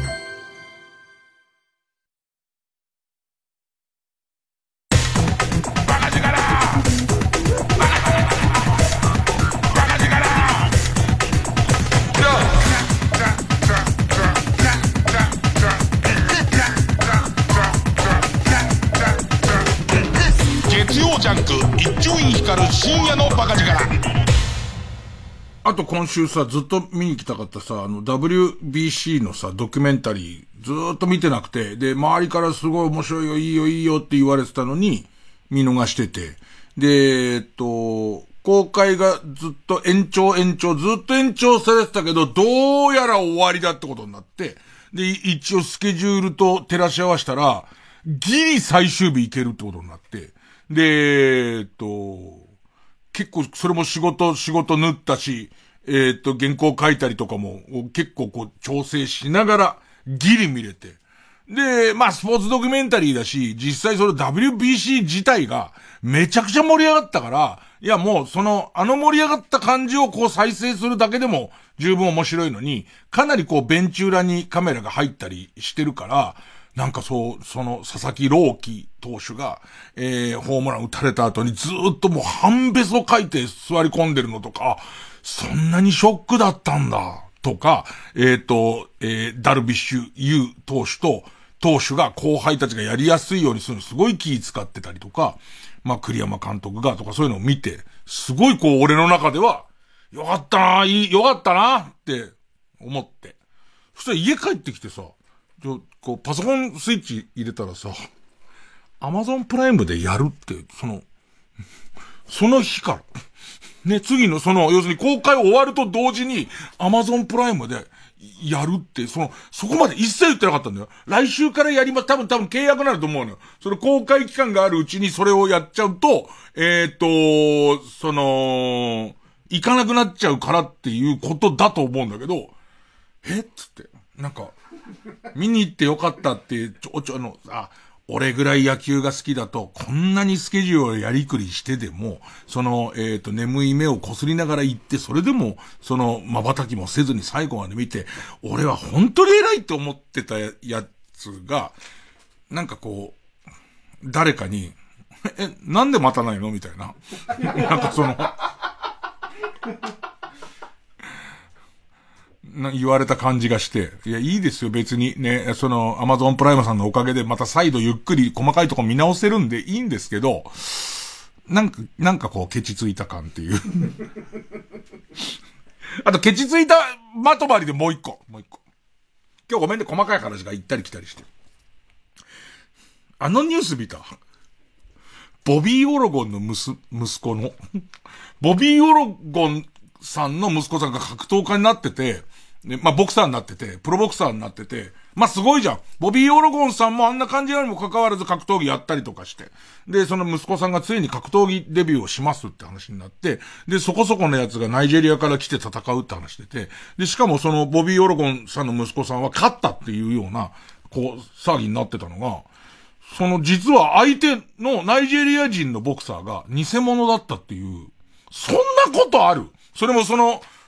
Speaker 1: 月曜ジャンク一丁院光る深夜のバカ力。あと今週さ、ずっと見に行きたかったさ、あの ダブリュービーシー のさ、ドキュメンタリーずーっと見てなくて、で、周りからすごい面白いよ、いいよ、いいよって言われてたのに、見逃してて。で、えっと、公開がずっと延長延長、ずっと延長されてたけど、どうやら終わりだってことになって、で、一応スケジュールと照らし合わせたら、ギリ最終日行けるってことになって、で、えっと、結構それも仕事、仕事縫ったし、えっと、原稿書いたりとかも結構こう調整しながらギリ見れて。で、まあスポーツドキュメンタリーだし、実際その ダブリュービーシー 自体がめちゃくちゃ盛り上がったから、いやもうその、あの盛り上がった感じをこう再生するだけでも十分面白いのに、かなりこうベンチ裏にカメラが入ったりしてるから、なんかそう、その佐々木朗希投手が、えー、ホームラン打たれた後にずーっともう半べそ書いて座り込んでるのとか、そんなにショックだったんだ、とか、えっと、えー、ダルビッシュ有投手と、投手が後輩たちがやりやすいようにするのすごい気使ってたりとか、まあ栗山監督がとかそういうのを見て、すごいこう俺の中では、よかったな、いい、よかったな、って思って。そしたら家帰ってきてさ、ちょこうパソコンスイッチ入れたらさ、アマゾンプライムでやるって、その、その日から、ね、次のその、要するに公開終わると同時に、アマゾンプライムでやるって、その、そこまで一切言ってなかったんだよ。来週からやります。多分多分契約になると思うのよ。その公開期間があるうちにそれをやっちゃうと、えっと、その、行かなくなっちゃうからっていうことだと思うんだけど、えっつって、なんか、見に行ってよかったって、ちょ、ちょ、あの、あ、俺ぐらい野球が好きだと、こんなにスケジュールをやりくりしてでも、その、えっと、眠い目をこすりながら行って、それでも、その、瞬きもせずに最後まで見て、俺は本当に偉いと思ってたやつが、なんかこう、誰かに、え、なんで待たないのみたいな。なんかその、な言われた感じがして、いや、いいですよ、別に。ね、その、アマゾンプライムさんのおかげで、また再度ゆっくり細かいとこ見直せるんでいいんですけど、なんか、なんかこう、ケチついた感っていう。あと、ケチついたまとまりでもう一個。もう一個。今日ごめんね、細かい話が行ったり来たりして。あのニュース見た？ボビー・オロゴンのむす、息子の、ボビー・オロゴンさんの息子さんが格闘家になってて、ね、まあ、ボクサーになってて、プロボクサーになってて、まあ、すごいじゃん。ボビー・オロゴンさんもあんな感じなのにも関わらず格闘技やったりとかして。で、その息子さんがついに格闘技デビューをしますって話になって、で、そこそこのやつがナイジェリアから来て戦うって話してて、で、しかもそのボビー・オロゴンさんの息子さんは勝ったっていうような、こう、騒ぎになってたのが、その実は相手のナイジェリア人のボクサーが偽物だったっていう、そんなことある？それもその、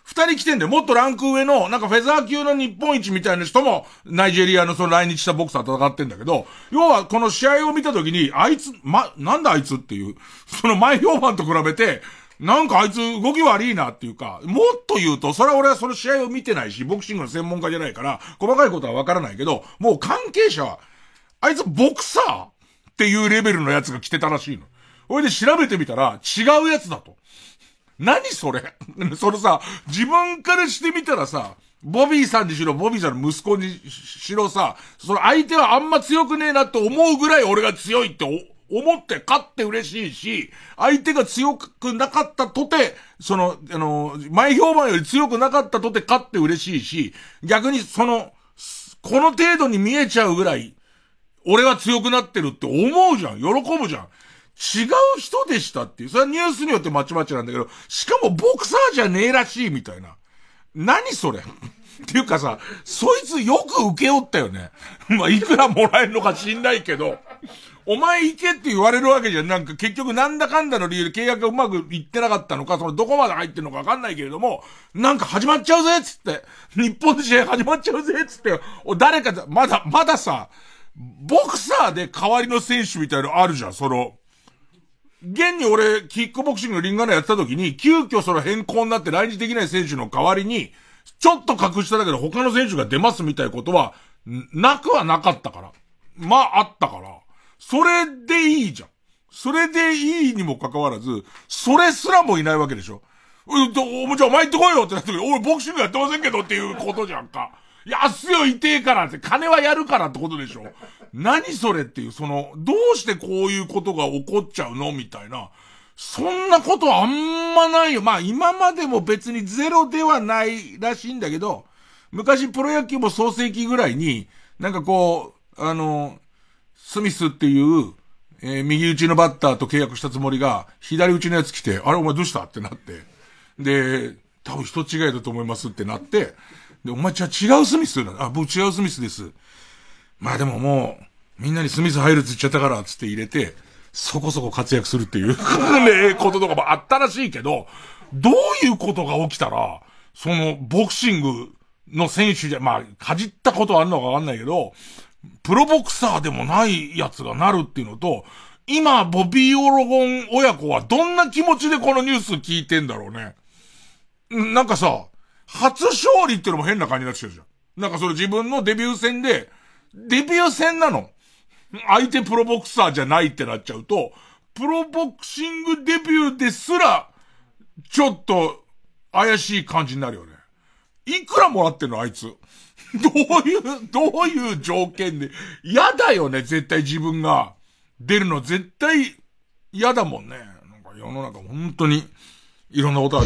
Speaker 1: 二人来てんだよ。もっとランク上の、なんかフェザー級の日本一みたいな人も、ナイジェリアのその来日したボクサー戦ってんだけど、要はこの試合を見たときに、あいつ、ま、なんだあいつっていう、その前評判と比べて、なんかあいつ動き悪いなっていうか、もっと言うと、それは俺はその試合を見てないし、ボクシングの専門家じゃないから、細かいことはわからないけど、もう関係者は、あいつボクサーっていうレベルのやつが来てたらしいの。それで調べてみたら、違うやつだと。何それそれさ、自分からしてみたらさ、ボビーさんにしろ、ボビーさんの息子にしろさ、その相手はあんま強くねえなって思うぐらい俺が強いって思って勝って嬉しいし、相手が強くなかったとて、その、あの、前評判より強くなかったとて勝って嬉しいし、逆にその、この程度に見えちゃうぐらい、俺は強くなってるって思うじゃん。喜ぶじゃん。違う人でしたっていう。それはニュースによってまちまちなんだけど、しかもボクサーじゃねえらしいみたいな。何それっていうかさ、そいつよく受け負ったよね。まあ、いくらもらえるのか知んないけど、お前行けって言われるわけじゃん。なんか結局なんだかんだの理由で契約がうまくいってなかったのか、そのどこまで入ってるのかわかんないけれども、なんか始まっちゃうぜっつって、日本の試合始まっちゃうぜっつって、誰か、まだ、まださ、ボクサーで代わりの選手みたいなのあるじゃん、その、現に俺、キックボクシングのリンガーナやった時に、急遽その変更になって来日できない選手の代わりに、ちょっと隠しただけで他の選手が出ますみたいなことは、なくはなかったから。まあ、あったから。それでいいじゃん。それでいいにもかかわらず、それすらもいないわけでしょ。うんと、おじゃあお前行ってこいよってなった時、俺ボクシングやってませんけどっていうことじゃんか。安よいてえからって、金はやるからってことでしょ。何それっていう、その、どうしてこういうことが起こっちゃうのみたいな。そんなことはあんまないよ。まあ今までも別にゼロではないらしいんだけど、昔プロ野球も創世期ぐらいに、なんかこう、あの、スミスっていう、えー、右打ちのバッターと契約したつもりが、左打ちのやつ来て、あれお前どうしたってなって。で、多分人違いだと思いますってなって、で、お前じゃあ違うスミスだ。あ、僕違うスミスです。まあでももう、みんなにスミス入るって言っちゃったから、つって入れて、そこそこ活躍するっていう、ね、こととかもあったらしいけど、どういうことが起きたら、その、ボクシングの選手じゃ、まあ、かじったことはあるのかわかんないけど、プロボクサーでもないやつがなるっていうのと、今、ボビー・オロゴン親子はどんな気持ちでこのニュース聞いてんだろうね。なんかさ、初勝利ってのも変な感じになってきてるじゃん。なんかその自分のデビュー戦で、デビュー戦なの。相手プロボクサーじゃないってなっちゃうと、プロボクシングデビューですら、ちょっと怪しい感じになるよね。いくらもらってんのあいつ。どういう、どういう条件で。嫌だよね、絶対自分が出るの絶対嫌だもんね。なんか世の中本当にいろんなことある。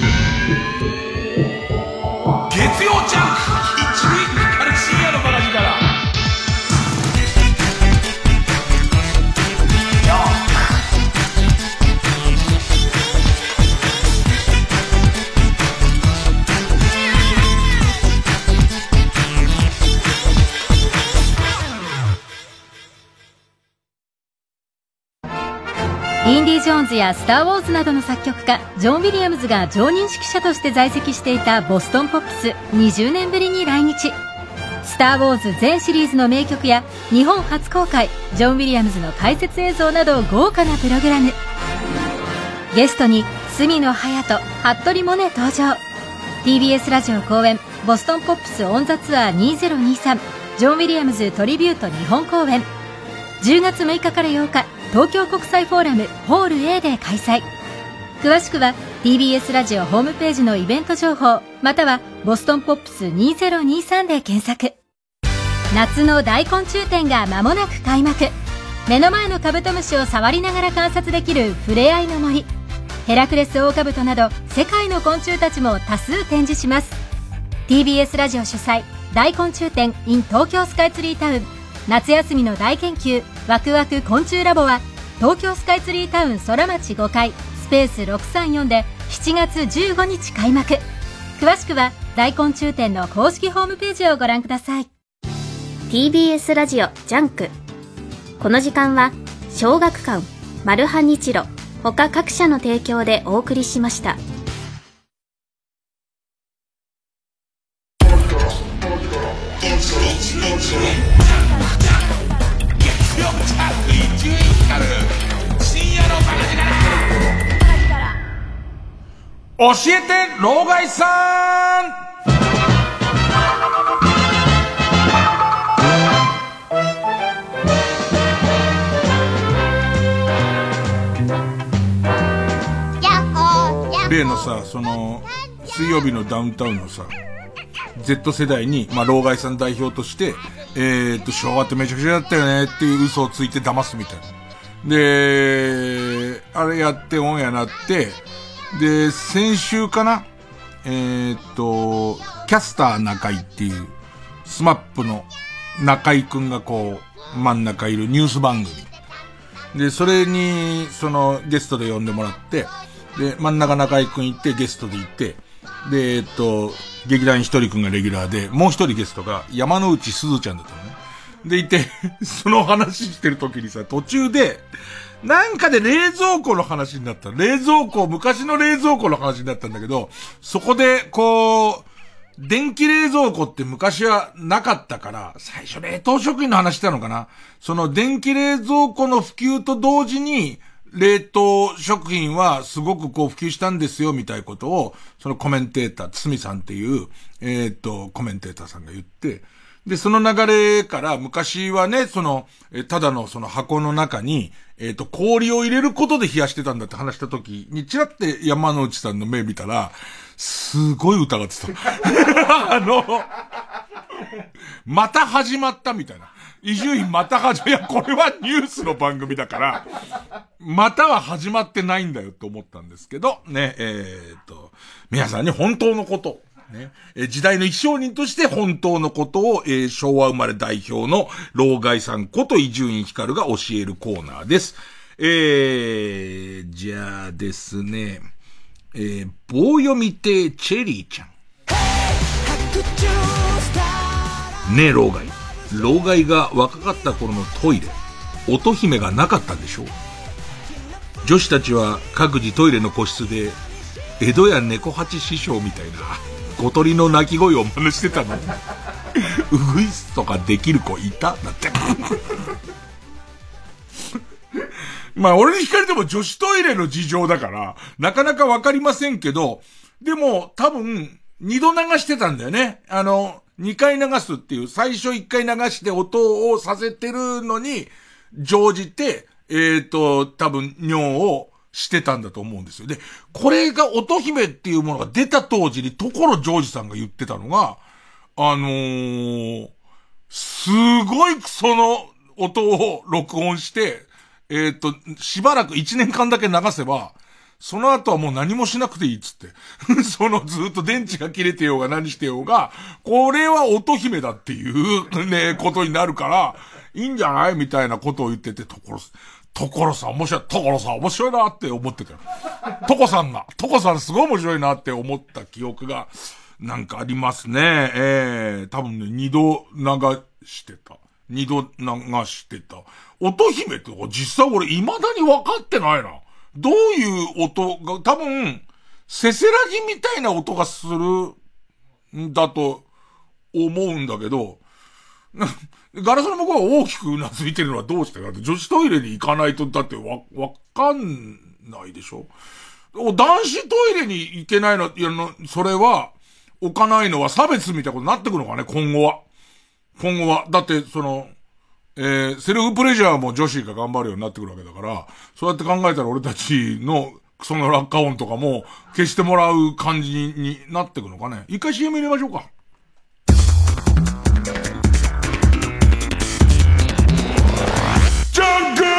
Speaker 1: 月曜ジャンク一塁から深夜のバラジから
Speaker 9: インディ・ジョーンズやスター・ウォーズなどの作曲家ジョン・ウィリアムズが常任指揮者として在籍していたボストンポップスにじゅうねんぶりに来日。スター・ウォーズ全シリーズの名曲や日本初公開ジョン・ウィリアムズの解説映像など豪華なプログラム。ゲストに角野隼斗、服部萌音登場。 ティービーエス ラジオ公演ボストンポップスオンザツアーにせんにじゅうさんジョン・ウィリアムズトリビュート日本公演じゅうがつむいかからようか東京国際フォーラムホール A で開催。詳しくは ティービーエス ラジオホームページのイベント情報またはボストンポップスにせんにじゅうさんで検索。夏の大昆虫展が間もなく開幕。目の前のカブトムシを触りながら観察できるふれあいの森。ヘラクレスオオカブトなど世界の昆虫たちも多数展示します。 ティービーエス ラジオ主催大昆虫展 in 東京スカイツリータウン夏休みの大研究ワクワク昆虫ラボは東京スカイツリータウン空町ごかいスペースろくさんよんでしちがつじゅうごにち開幕。詳しくは大昆虫展の公式ホームページをご覧ください。
Speaker 3: ティービーエス ラジオジャンク。この時間は小学館マルハニチロ他各社の提供でお送りしました。
Speaker 1: 曜ジャンク伊集院光深夜のバカ力教えて老害さん。例のさ、その水曜日のダウンタウンのさ Z 世代に、まあ、老害さん代表として、えーっと、昭和ってめちゃくちゃだったよねっていう嘘をついて騙すみたいな。で、あれやってオンエアなって、で、先週かなえーっと、キャスター中井っていう、スマップの中井くんがこう、真ん中いるニュース番組。で、それに、その、ゲストで呼んでもらって、で、真ん中中井くん行って、ゲストで行って、で、えっと、劇団ひとりくんがレギュラーで、もう一人ゲストが山之内すずちゃんだったのね。でいて、その話してる時にさ、途中で、なんかで冷蔵庫の話になった。冷蔵庫、昔の冷蔵庫の話になったんだけど、そこで、こう、電気冷蔵庫って昔はなかったから、最初冷凍食品の話したのかな。その電気冷蔵庫の普及と同時に、冷凍食品はすごくこう普及したんですよみたいなことを、そのコメンテーター、つみさんっていう、えーっと、コメンテーターさんが言って、で、その流れから昔はね、その、えただのその箱の中に、えーっと、氷を入れることで冷やしてたんだって話した時に、ちらって山之内さんの目見たら、すごい疑ってた。あの、また始まったみたいな。伊集院また始ま、いや、これはニュースの番組だから、または始まってないんだよと思ったんですけど、ね、えー、っと、皆さんに本当のこと、ね、え時代の一証人として本当のことを、えー、昭和生まれ代表の老害さんこと伊集院光が教えるコーナーです。えー、じゃあですね、えー、棒読み亭チェリーちゃん。ねえ、老害。老害が若かった頃のトイレ、乙姫がなかったんでしょう。女子たちは各自トイレの個室で、江戸や猫八師匠みたいな小鳥の鳴き声を真似してたの。ウグイスとかできる子いただって。まあ俺に聞かれても女子トイレの事情だから、なかなかわかりませんけど、でも多分二度流してたんだよね。あの、二回流すっていう、最初一回流して音をさせてるのに、乗じて、えっと、多分尿をしてたんだと思うんですよ。で、これが乙姫っていうものが出た当時に、所ジョージさんが言ってたのが、あのー、すごいその音を録音して、えっと、しばらく一年間だけ流せば、その後はもう何もしなくていいっつって。そのずっと電池が切れてようが何してようが、これは乙姫だっていうね、ことになるから、いいんじゃないみたいなことを言ってて、ところ、ところさん面白い、ところさん面白いなって思ってたよ。とこさんが、とこさんすごい面白いなって思った記憶が、なんかありますね。ええー、多分ね、二度流してた。二度流してた。乙姫って実際俺未だに分かってないな。どういう音が、多分、せせらぎみたいな音がするんだと思うんだけど、ガラスの向こうが大きくうなずいてるのはどうしてかって、女子トイレに行かないとだってわ、わかんないでしょ。男子トイレに行けないの、いやの、それは、置かないのは差別みたいなことになってくるのかね、今後は。今後は。だって、その、えー、セルフプレジャーも女子が頑張るようになってくるわけだから、そうやって考えたら俺たちのクソの落下音とかも消してもらう感じになってくるのかね。一回 シーエム 入れましょうか。ジャンク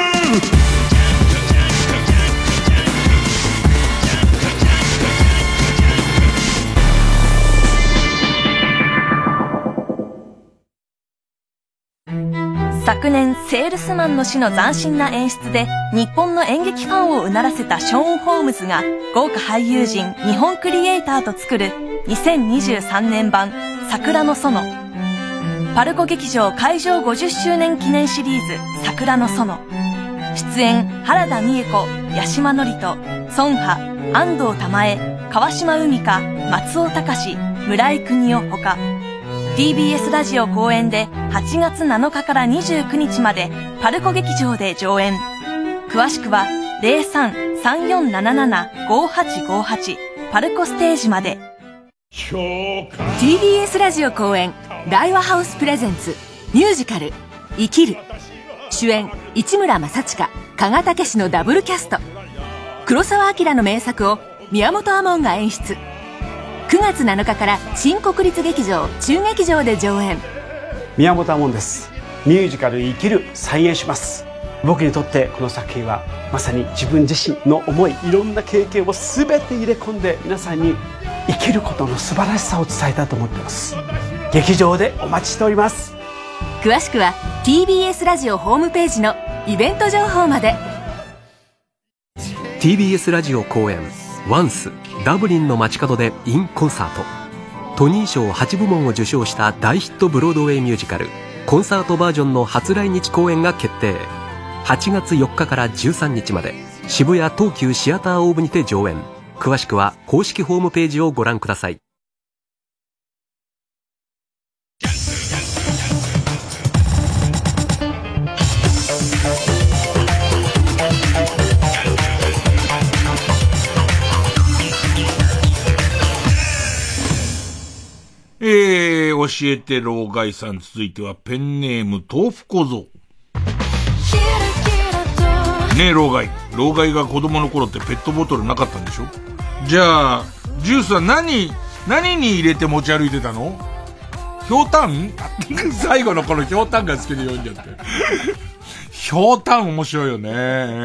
Speaker 7: 昨年セールスマンの死の斬新な演出で日本の演劇ファンをうならせたショーン・ホームズが豪華俳優陣日本クリエイターと作るにせんにじゅうさんねん版桜の園。パルコ劇場開場ごじゅっしゅうねん記念シリーズ桜の園。出演原田美恵子、八嶋智人、孫波、安藤玉恵、川島海香、松尾隆、村井邦夫ほかティービーエス ラジオ公演ではちがつなのかからにじゅうくにちまでパルコ劇場で上演。詳しくは ゼロさん さんよんなななな ごはちごはち パルコステージまで。 ティービーエス ラジオ公演大和ハウスプレゼンツミュージカル生きる。主演市村正親、加賀武史のダブルキャスト。黒澤明の名作を宮本亞門が演出。くがつなのかから新国立劇場中劇場で上演。
Speaker 10: 宮本亞門です。ミュージカル生きる再演します。僕にとってこの作品はまさに自分自身の思い、いろんな経験を全て入れ込んで皆さんに生きることの素晴らしさを伝えたいと思っています。劇場でお待ちしております。
Speaker 7: 詳しくは ティービーエス ラジオホームページのイベント情報まで。
Speaker 11: ティービーエス ラジオ公演ワンスダブリンの街角でインコンサート。トニー賞はちぶもんを受賞した大ヒットブロードウェイミュージカルコンサートバージョンの初来日公演が決定。はちがつよっかからじゅうさんにちまで渋谷東急シアターオーブにて上演。詳しくは公式ホームページをご覧ください。
Speaker 1: えー、教えて老害さん、続いてはペンネーム豆腐小僧。ねえ老害、老害が子供の頃ってペットボトルなかったんでしょ？じゃあジュースは何何に入れて持ち歩いてたの？ひょうたん最後のこのひょうたんが好きで読んじゃってひょうたん面白いよね。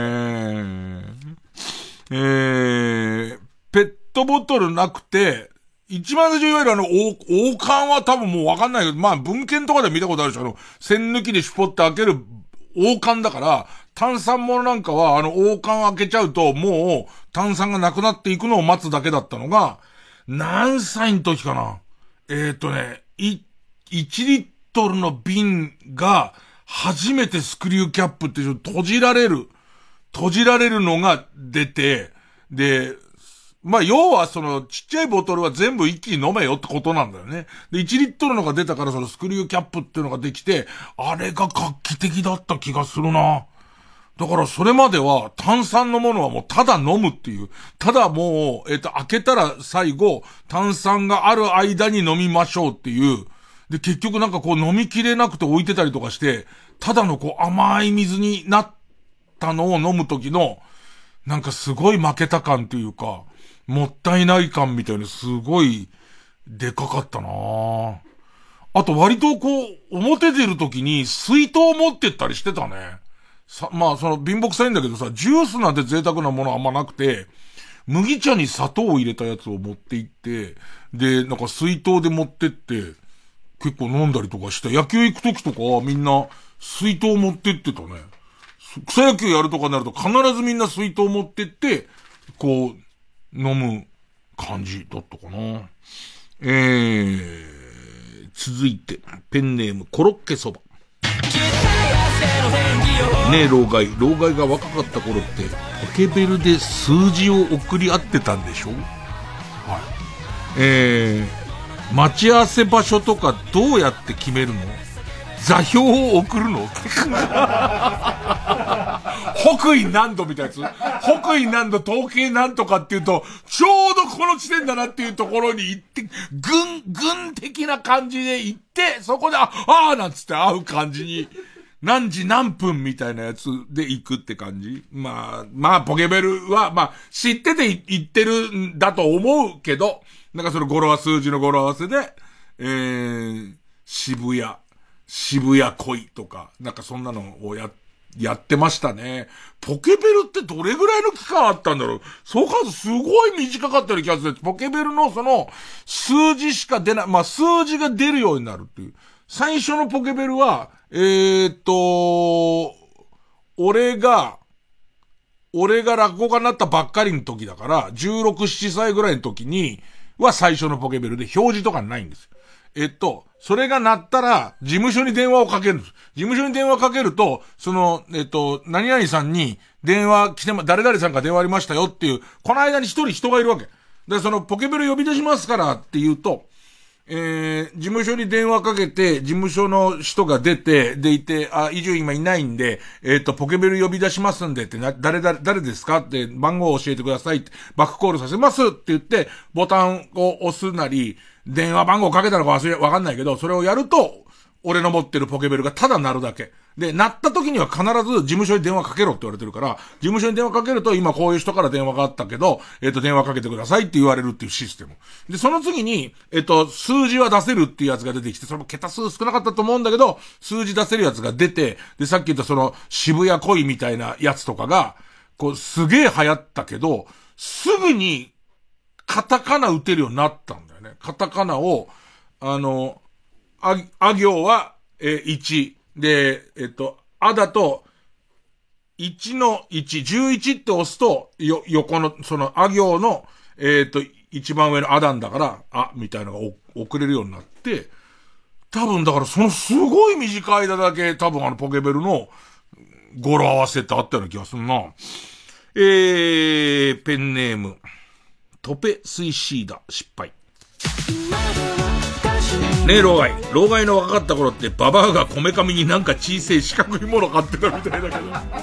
Speaker 1: えー、ペットボトルなくて一番最初いわゆるあの、王冠は多分もうわかんないけど、まあ文献とかで見たことあるでしょ。あの、栓抜きでシュポって開ける王冠だから、炭酸物なんかはあの王冠開けちゃうともう炭酸がなくなっていくのを待つだけだったのが、何歳の時かな。えーっとね、い、いちリットルの瓶が初めてスクリューキャップっていう閉じられる、閉じられるのが出て、で、まあ、要はそのちっちゃいボトルは全部一気に飲めよってことなんだよね。で、いちリットルのが出たからそのスクリューキャップっていうのができて、あれが画期的だった気がするな。だからそれまでは炭酸のものはもうただ飲むっていう。ただもう、えっと、開けたら最後、炭酸がある間に飲みましょうっていう。で、結局なんかこう飲みきれなくて置いてたりとかして、ただのこう甘い水になったのを飲む時の、なんかすごい負けた感っていうか、もったいない感みたいにすごいでかかったなぁ。あと割とこう、表出るときに水筒持ってったりしてたね。さ、まあその貧乏くさいんだけどさ、ジュースなんて贅沢なものあんまなくて、麦茶に砂糖を入れたやつを持って行って、で、なんか水筒で持ってって、結構飲んだりとかした。野球行くときとかはみんな水筒持ってってたね。草野球やるとかになると必ずみんな水筒持ってって、こう、飲む感じだったかな。えー、続いて、ペンネームコロッケそば。ねえ老害、老害が若かった頃ってポケベルで数字を送り合ってたんでしょ？はい。えー、待ち合わせ場所とかどうやって決めるの？座標を送るの？北緯何度みたいなやつ？北緯何度統計なんとかっていうと、ちょうどこの地点だなっていうところに行って、軍、軍的な感じで行って、そこで、あ、あーなんつって会う感じに、何時何分みたいなやつで行くって感じ。まあ、まあ、ポケベルは、まあ、知ってて行ってるんだと思うけど、なんかその語呂は数字の語呂合わせで、えー、渋谷。渋谷恋とか、なんかそんなのをや、やってましたね。ポケベルってどれぐらいの期間あったんだろう。そうかすごい短かったような気がする。ポケベルのその数字しか出ない、まあ数字が出るようになるっていう。最初のポケベルは、えーっと、俺が、俺が落語家になったばっかりの時だから、じゅうろく、ななさいぐらいの時には最初のポケベルで表示とかないんですよ。えっと、それが鳴ったら、事務所に電話をかけるんです。事務所に電話かけると、その、えっと、何々さんに電話来てま、誰々さんから電話ありましたよっていう、この間に一人人がいるわけ。で、そのポケベル呼び出しますからって言うと、 えー、事務所に電話かけて、事務所の人が出て、でいて、あ、伊集院今いないんで、えっと、ポケベル呼び出しますんでって、な、誰誰、誰ですかって、番号を教えてくださいって、バックコールさせますって言って、ボタンを押すなり、電話番号かけたのか忘れ、わかんないけど、それをやると、俺の持ってるポケベルがただ鳴るだけ。で、鳴った時には必ず事務所に電話かけろって言われてるから、事務所に電話かけると今こういう人から電話があったけど、えっと電話かけてくださいって言われるっていうシステム。で、その次に、えっと、数字は出せるっていうやつが出てきて、それも桁数少なかったと思うんだけど、数字出せるやつが出て、で、さっき言ったその渋谷恋みたいなやつとかが、こうすげえ流行ったけど、すぐにカタカナ打てるようになったんだよね。カタカナを、あの、あ、あ行は、えー、いち。で、えっと、あだと、いちのいち、じゅういちって押すと、よ、横の、その、あ行の、えっと、一番上のあ段だから、あ、みたいなのが送れるようになって、多分だからそのすごい短い間だけ、多分あのポケベルの語呂合わせってあったような気がするな。えー、ペンネーム、トペスイシーダ、失敗。ねえ、老害。老害の若かった頃って、ババアがこめかみになんか小さい四角いもの買ってたみたいだけど。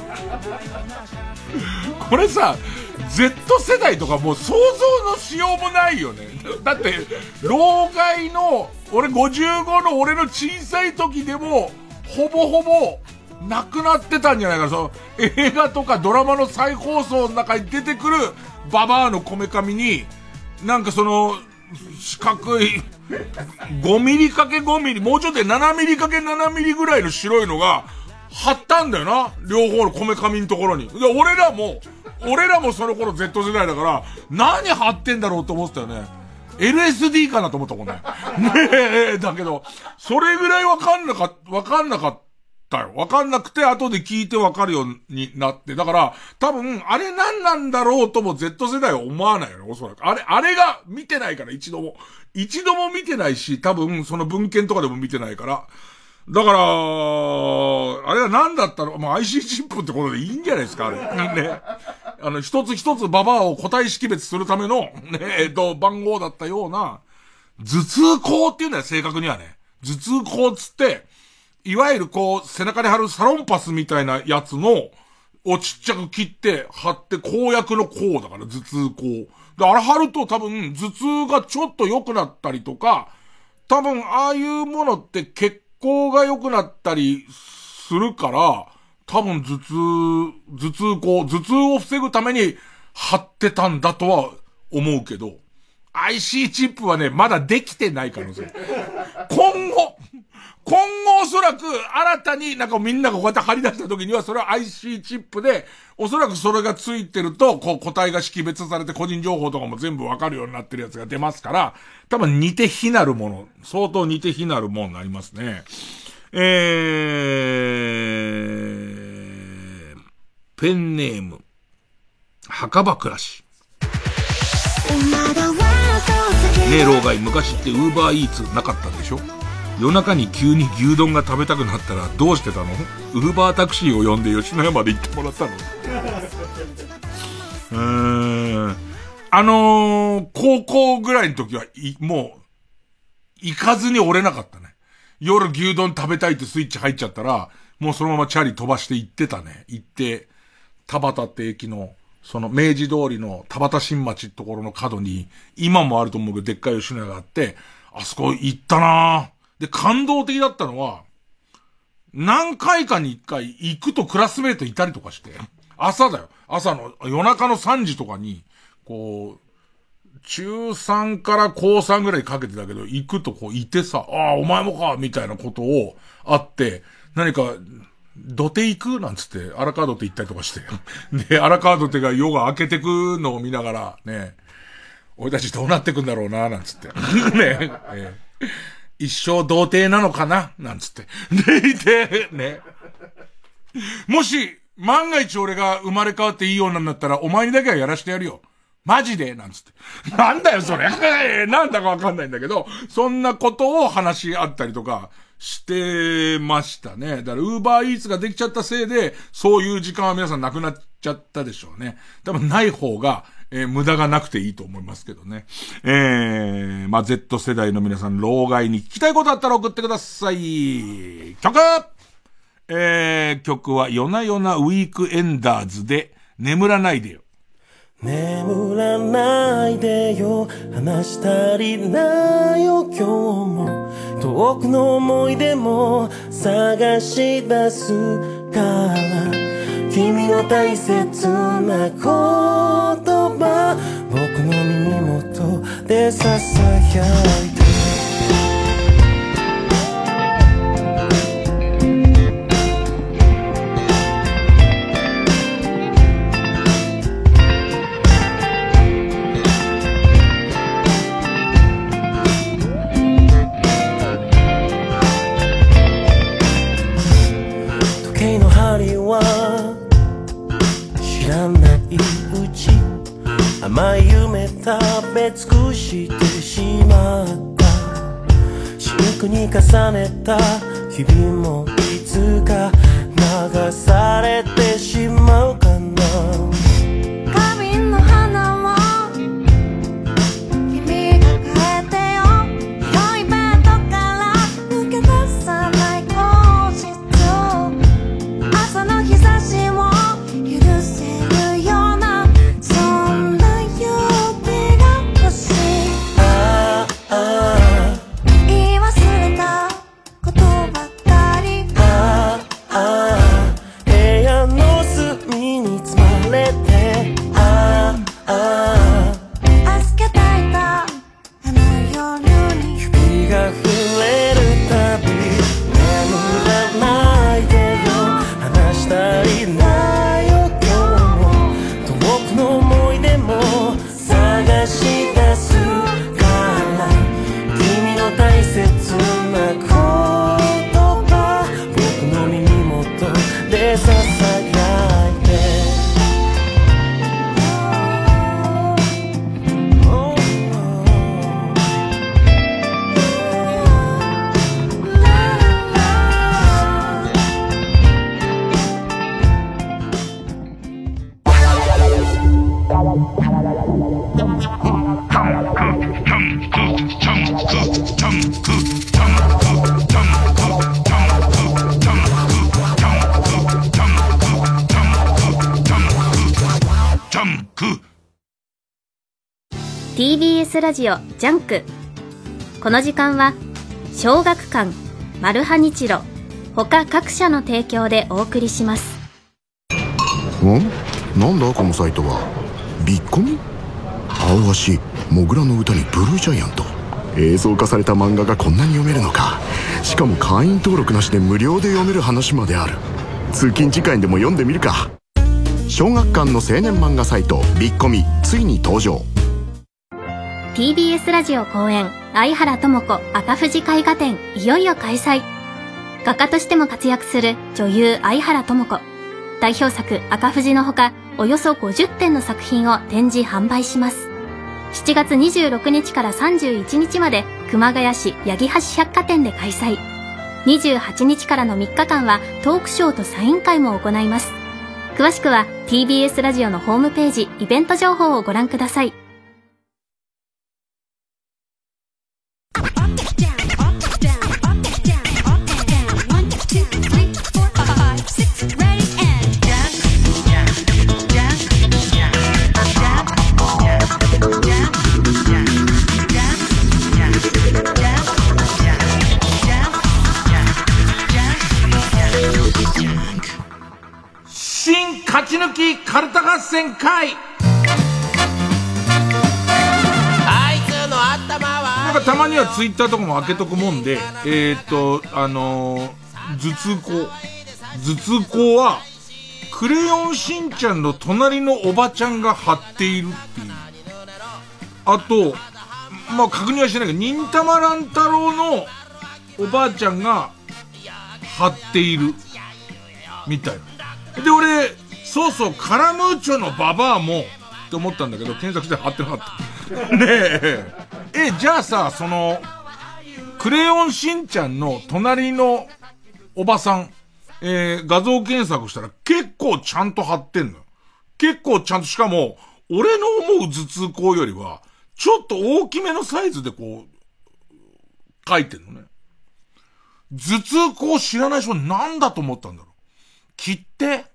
Speaker 1: これさ、Z 世代とかもう想像のしようもないよね。だって、老害の、俺ごじゅうごの俺の小さい時でも、ほぼほぼ、なくなってたんじゃないかな。その、映画とかドラマの再放送の中に出てくる、ババアのこめかみに、なんかその、四角い、ごミリかけごミリ、もうちょっとでななミリかけななミリぐらいの白いのが、貼ったんだよな。両方のこめかみのところに。で、俺らも、俺らもその頃 Z 世代だから、何貼ってんだろうと思ってたよね。エルエスディー かなと思ったもんね。ねえ、だけど、それぐらいわかんなかった、わかんなかったよ。わかんなくて、後で聞いてわかるようになって。だから、多分、あれ何なんだろうとも Z 世代は思わないよね、おそらく。あれ、あれが見てないから、一度も。一度も見てないし、多分、その文献とかでも見てないから。だから、あれは何だったの？まあ、アイシー チップってことでいいんじゃないですか、あれ。ね。あの、一つ一つババアを個体識別するための、ね、えっと、番号だったような、頭痛膏っていうんだよ、正確にはね。頭痛膏つって、いわゆるこう、背中に貼るサロンパスみたいなやつの、をちっちゃく切って、貼って、公約の膏だから、頭痛膏。で、あれ貼ると多分、頭痛がちょっと良くなったりとか、多分、ああいうものって血行が良くなったりするから、多分頭痛、頭痛膏、頭痛を防ぐために貼ってたんだとは思うけど、アイシー チップはね、まだできてない可能性。今後、今後おそらく新たになんかみんながこうやって貼り出した時にはそれは アイシー チップで、おそらくそれがついてると、こう個体が識別されて個人情報とかも全部わかるようになってるやつが出ますから、多分似て非なるもの、相当似て非なるものになりますね。えー、ペンネーム、墓場暮らし。ねえ、老害、昔ってウーバーイーツなかったでしょ？夜中に急に牛丼が食べたくなったらどうしてたの？ウーバータクシーを呼んで吉野家まで行ってもらったの？うーん。あのー、高校ぐらいの時は、い、もう、行かずに折れなかったね。夜牛丼食べたいってスイッチ入っちゃったら、もうそのままチャリ飛ばして行ってたね。行って、田端って駅の、その明治通りの田端新町ってところの角に、今もあると思うけど、でっかい吉野家があって、あそこ行ったなぁ。で、感動的だったのは、何回かに一回行くとクラスメイトいたりとかして、朝だよ。朝の、夜中のさんじとかに、こう、中さんから高さんぐらいかけてだけど、行くとこういてさ、ああ、お前もか、みたいなことをあって、何か、土手行くなんつって、荒川土手行ったりとかして。で、荒川土手が夜が明けてくのを見ながら、ね、俺たちどうなってくんだろうな、なんつって。ね、えー、一生童貞なのかななんつって。でいて、ね。もし、万が一俺が生まれ変わっていい女になったら、お前にだけはやらしてやるよ。マジでなんつって。なんだよ、それ。なんだかわかんないんだけど、そんなことを話し合ったりとかしてましたね。だから、ウーバーイーツができちゃったせいで、そういう時間は皆さんなくなっちゃったでしょうね。多分ない方がえー、無駄がなくていいと思いますけどね。えー、まあ、Z 世代の皆さん、老害に聞きたいことあったら送ってください。曲えー、曲は、夜な夜なウィークエンダーズで、眠らないでよ。
Speaker 12: 眠らないでよ、話したりなよ、今日も遠くの思い出も探し出すから君の大切な言葉僕の耳元でささやいて知らないうち甘い夢食べ尽くしてしまったシンクに重ねた日々もいつか流されてしまうかな
Speaker 2: 花瓶の花を君が変えてよ広いベッドから抜け出さない個室朝の日差しを許せるようなそんな勇気が欲しいああああ言い忘れたことばかり
Speaker 12: ああああ部屋の隅に積まれてあああ
Speaker 2: あ預けていたあの夜に
Speaker 12: 指が触れるたび眠らないでよ話したりなよ今日も遠くの思い出も探し出すから君の大切な言葉僕の耳元でささやいて
Speaker 3: ティービーエス ラジオジャンク。この時間は小学館、マルハニチロ他各社の提供でお送りします。
Speaker 13: ん？なんだこのサイトは。ビッコミ？青足、モグラの歌にブルージャイアント。映像化された漫画がこんなに読めるのか。しかも会員登録なしで無料で読める話まである。通勤時間でも読んでみるか。小学館の青年漫画サイトビッコミついに登場。
Speaker 3: ティービーエス ラジオ公演相原智子赤富士絵画展いよいよ開催。画家としても活躍する女優相原智子。代表作赤富士のほかおよそごじゅってんの作品を展示販売します。しちがつにじゅうろくにちからさんじゅういちにちまで熊谷市八木橋百貨店で開催。にじゅうはちにちからのみっかかんはトークショーとサイン会も行います。詳しくは ティービーエス ラジオのホームページイベント情報をご覧ください。
Speaker 1: 新勝ち抜きカルタ合戦会。
Speaker 12: あいつの頭は
Speaker 1: なんかたまにはツイッターとかも開けとくもんで、えーっとあのー、頭痛子頭痛子はクレヨンしんちゃんの隣のおばちゃんが貼っているっていう。あとまあ確認はしてないけど忍たま乱太郎のおばあちゃんが貼っているみたいな。で、俺、そうそう、カラムーチョのババアも、って思ったんだけど、検索して貼ってなかった。ねえ、え、じゃあさ、その、クレヨンしんちゃんの隣のおばさん、えー、画像検索したら結構ちゃんと貼ってんのよ。結構ちゃんと、しかも、 俺の思う頭痛口よりは、ちょっと大きめのサイズでこう、書いてんのね。頭痛口知らない人なんだと思ったんだろう。切手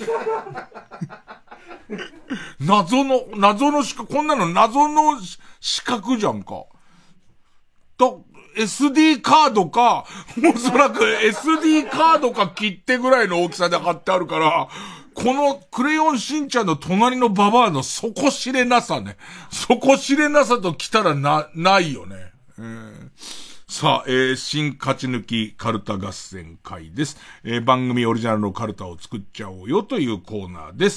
Speaker 1: 謎の、謎の四角、こんなの謎の四角じゃんか。と、エスディー カードか、おそらく エスディー カードか切手ぐらいの大きさで貼ってあるから、このクレヨンしんちゃんの隣のババアの底知れなさね。底知れなさと来たらな、ないよね。えーさあ、えー、新勝ち抜きカルタ合戦会です。えー、番組オリジナルのカルタを作っちゃおうよというコーナーです。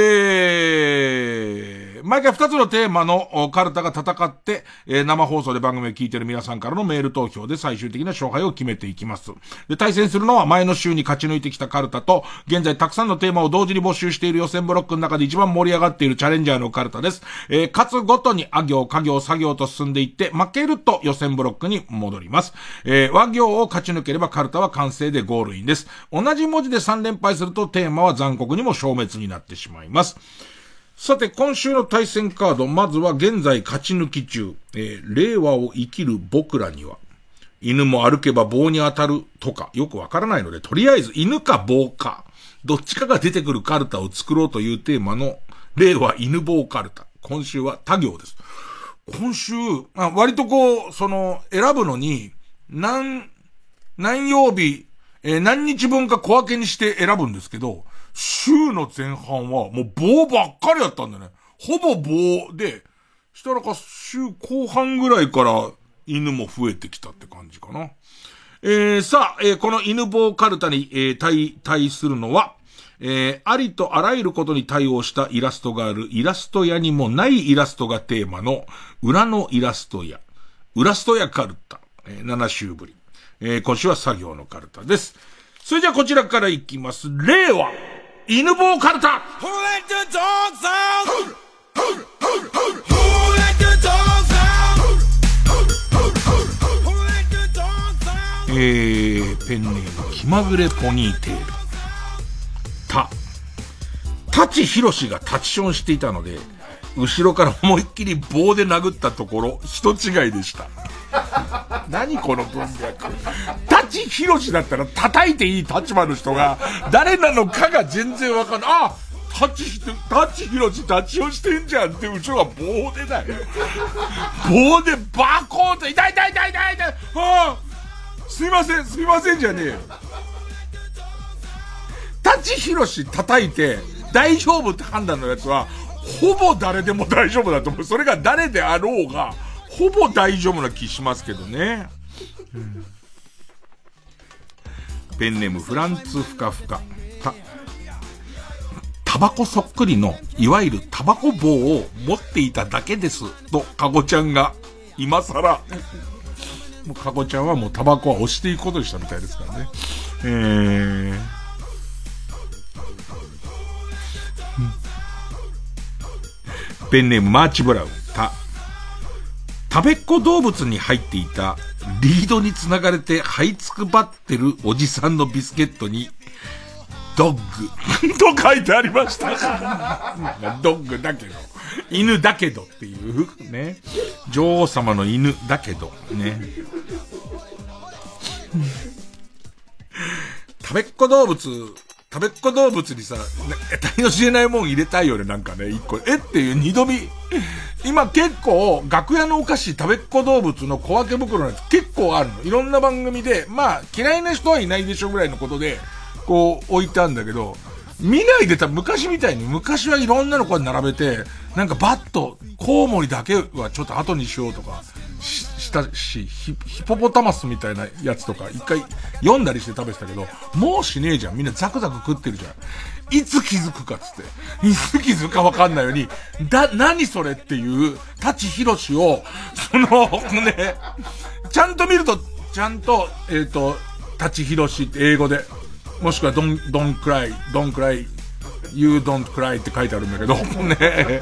Speaker 1: えー、毎回二つのテーマのカルタが戦って、えー、生放送で番組を聞いている皆さんからのメール投票で最終的な勝敗を決めていきます。で、対戦するのは前の週に勝ち抜いてきたカルタと、現在たくさんのテーマを同時に募集している予選ブロックの中で一番盛り上がっているチャレンジャーのカルタです。えー、勝つごとにあ行、家行、作業と進んでいって、負けると予選ブロックに戻ります。えー、和行を勝ち抜ければカルタは完成でゴールインです。同じ文字でさん連敗するとテーマは残酷にも消滅になってしまいます。さて、今週の対戦カード、まずは現在勝ち抜き中、えー、令和を生きる僕らには、犬も歩けば棒に当たるとか、よくわからないので、とりあえず犬か棒か、どっちかが出てくるカルタを作ろうというテーマの、令和犬棒カルタ。今週は他行です。今週、あ割とこう、その、選ぶのに、何、何曜日、えー、何日分か小分けにして選ぶんですけど、週の前半はもう棒ばっかりだったんだね。ほぼ棒で、したらか週後半ぐらいから犬も増えてきたって感じかな。えー、さあ、えー、この犬棒カルタに、えー、対、対するのは、えー、ありとあらゆることに対応したイラストがあるイラスト屋にもないイラストがテーマの裏のイラスト屋、ウラスト屋カルタ。えー、なな週ぶり。えー、今週は作業のカルタです。それじゃあこちらからいきます。令和犬棒カルタ。えー、ペンネーム気まぐれポニーテール。た、舘ひろしがタチションしていたので、後ろから思いっきり棒で殴ったところ、人違いでした。何この文脈。舘ひろしだったら叩いていい立場の人が誰なのかが全然わかんない。あ、舘ひろしタチをしてんじゃんって後ろが棒でだよ。棒でバコーンと痛い痛い痛い痛い痛い。ああ、すいませんすいませんじゃねえよ。舘ひろし叩いて大丈夫って判断のやつはほぼ誰でも大丈夫だと思う。それが誰であろうがほぼ大丈夫な気しますけどね。うん、ペンネームフランツふかふか。た、タバコそっくりのいわゆるタバコ棒を持っていただけですとカゴちゃんが今更もうカゴちゃんはもうタバコは押していくことにしたみたいですからね。えー、うん、ペンネームマーチブラウン。た、食べっ子動物に入っていたリードに繋がれて這いつくばってるおじさんのビスケットにドッグと書いてありました。ドッグだけど犬だけどっていうね、女王様の犬だけどね。食べっ子動物食べっ子動物にさ、得体の知れないもん入れたいよね、なんかね、一個。えっていう二度見。今結構、楽屋のお菓子食べっ子動物の小分け袋のやつ結構あるの。いろんな番組で、まあ、嫌いな人はいないでしょぐらいのことで、こう、置いてあるんだけど、見ないでた、昔みたいに、昔はいろんなのこう並べて、なんかバッと、コウモリだけはちょっと後にしようとか、し、したし、ヒ、ヒポポタマスみたいなやつとか、一回読んだりして食べてたけど、もうしねえじゃん。みんなザクザク食ってるじゃん。いつ気づくかっつって。いつ気づくかわかんないように、だ、何それっていう、舘ひろしを、その、ね、ちゃんと見ると、ちゃんと、えっ、ー、と、舘ひろしって英語で、もしくは don't, don't cry, don't cry, you don't cry って書いてあるんだけど、ね。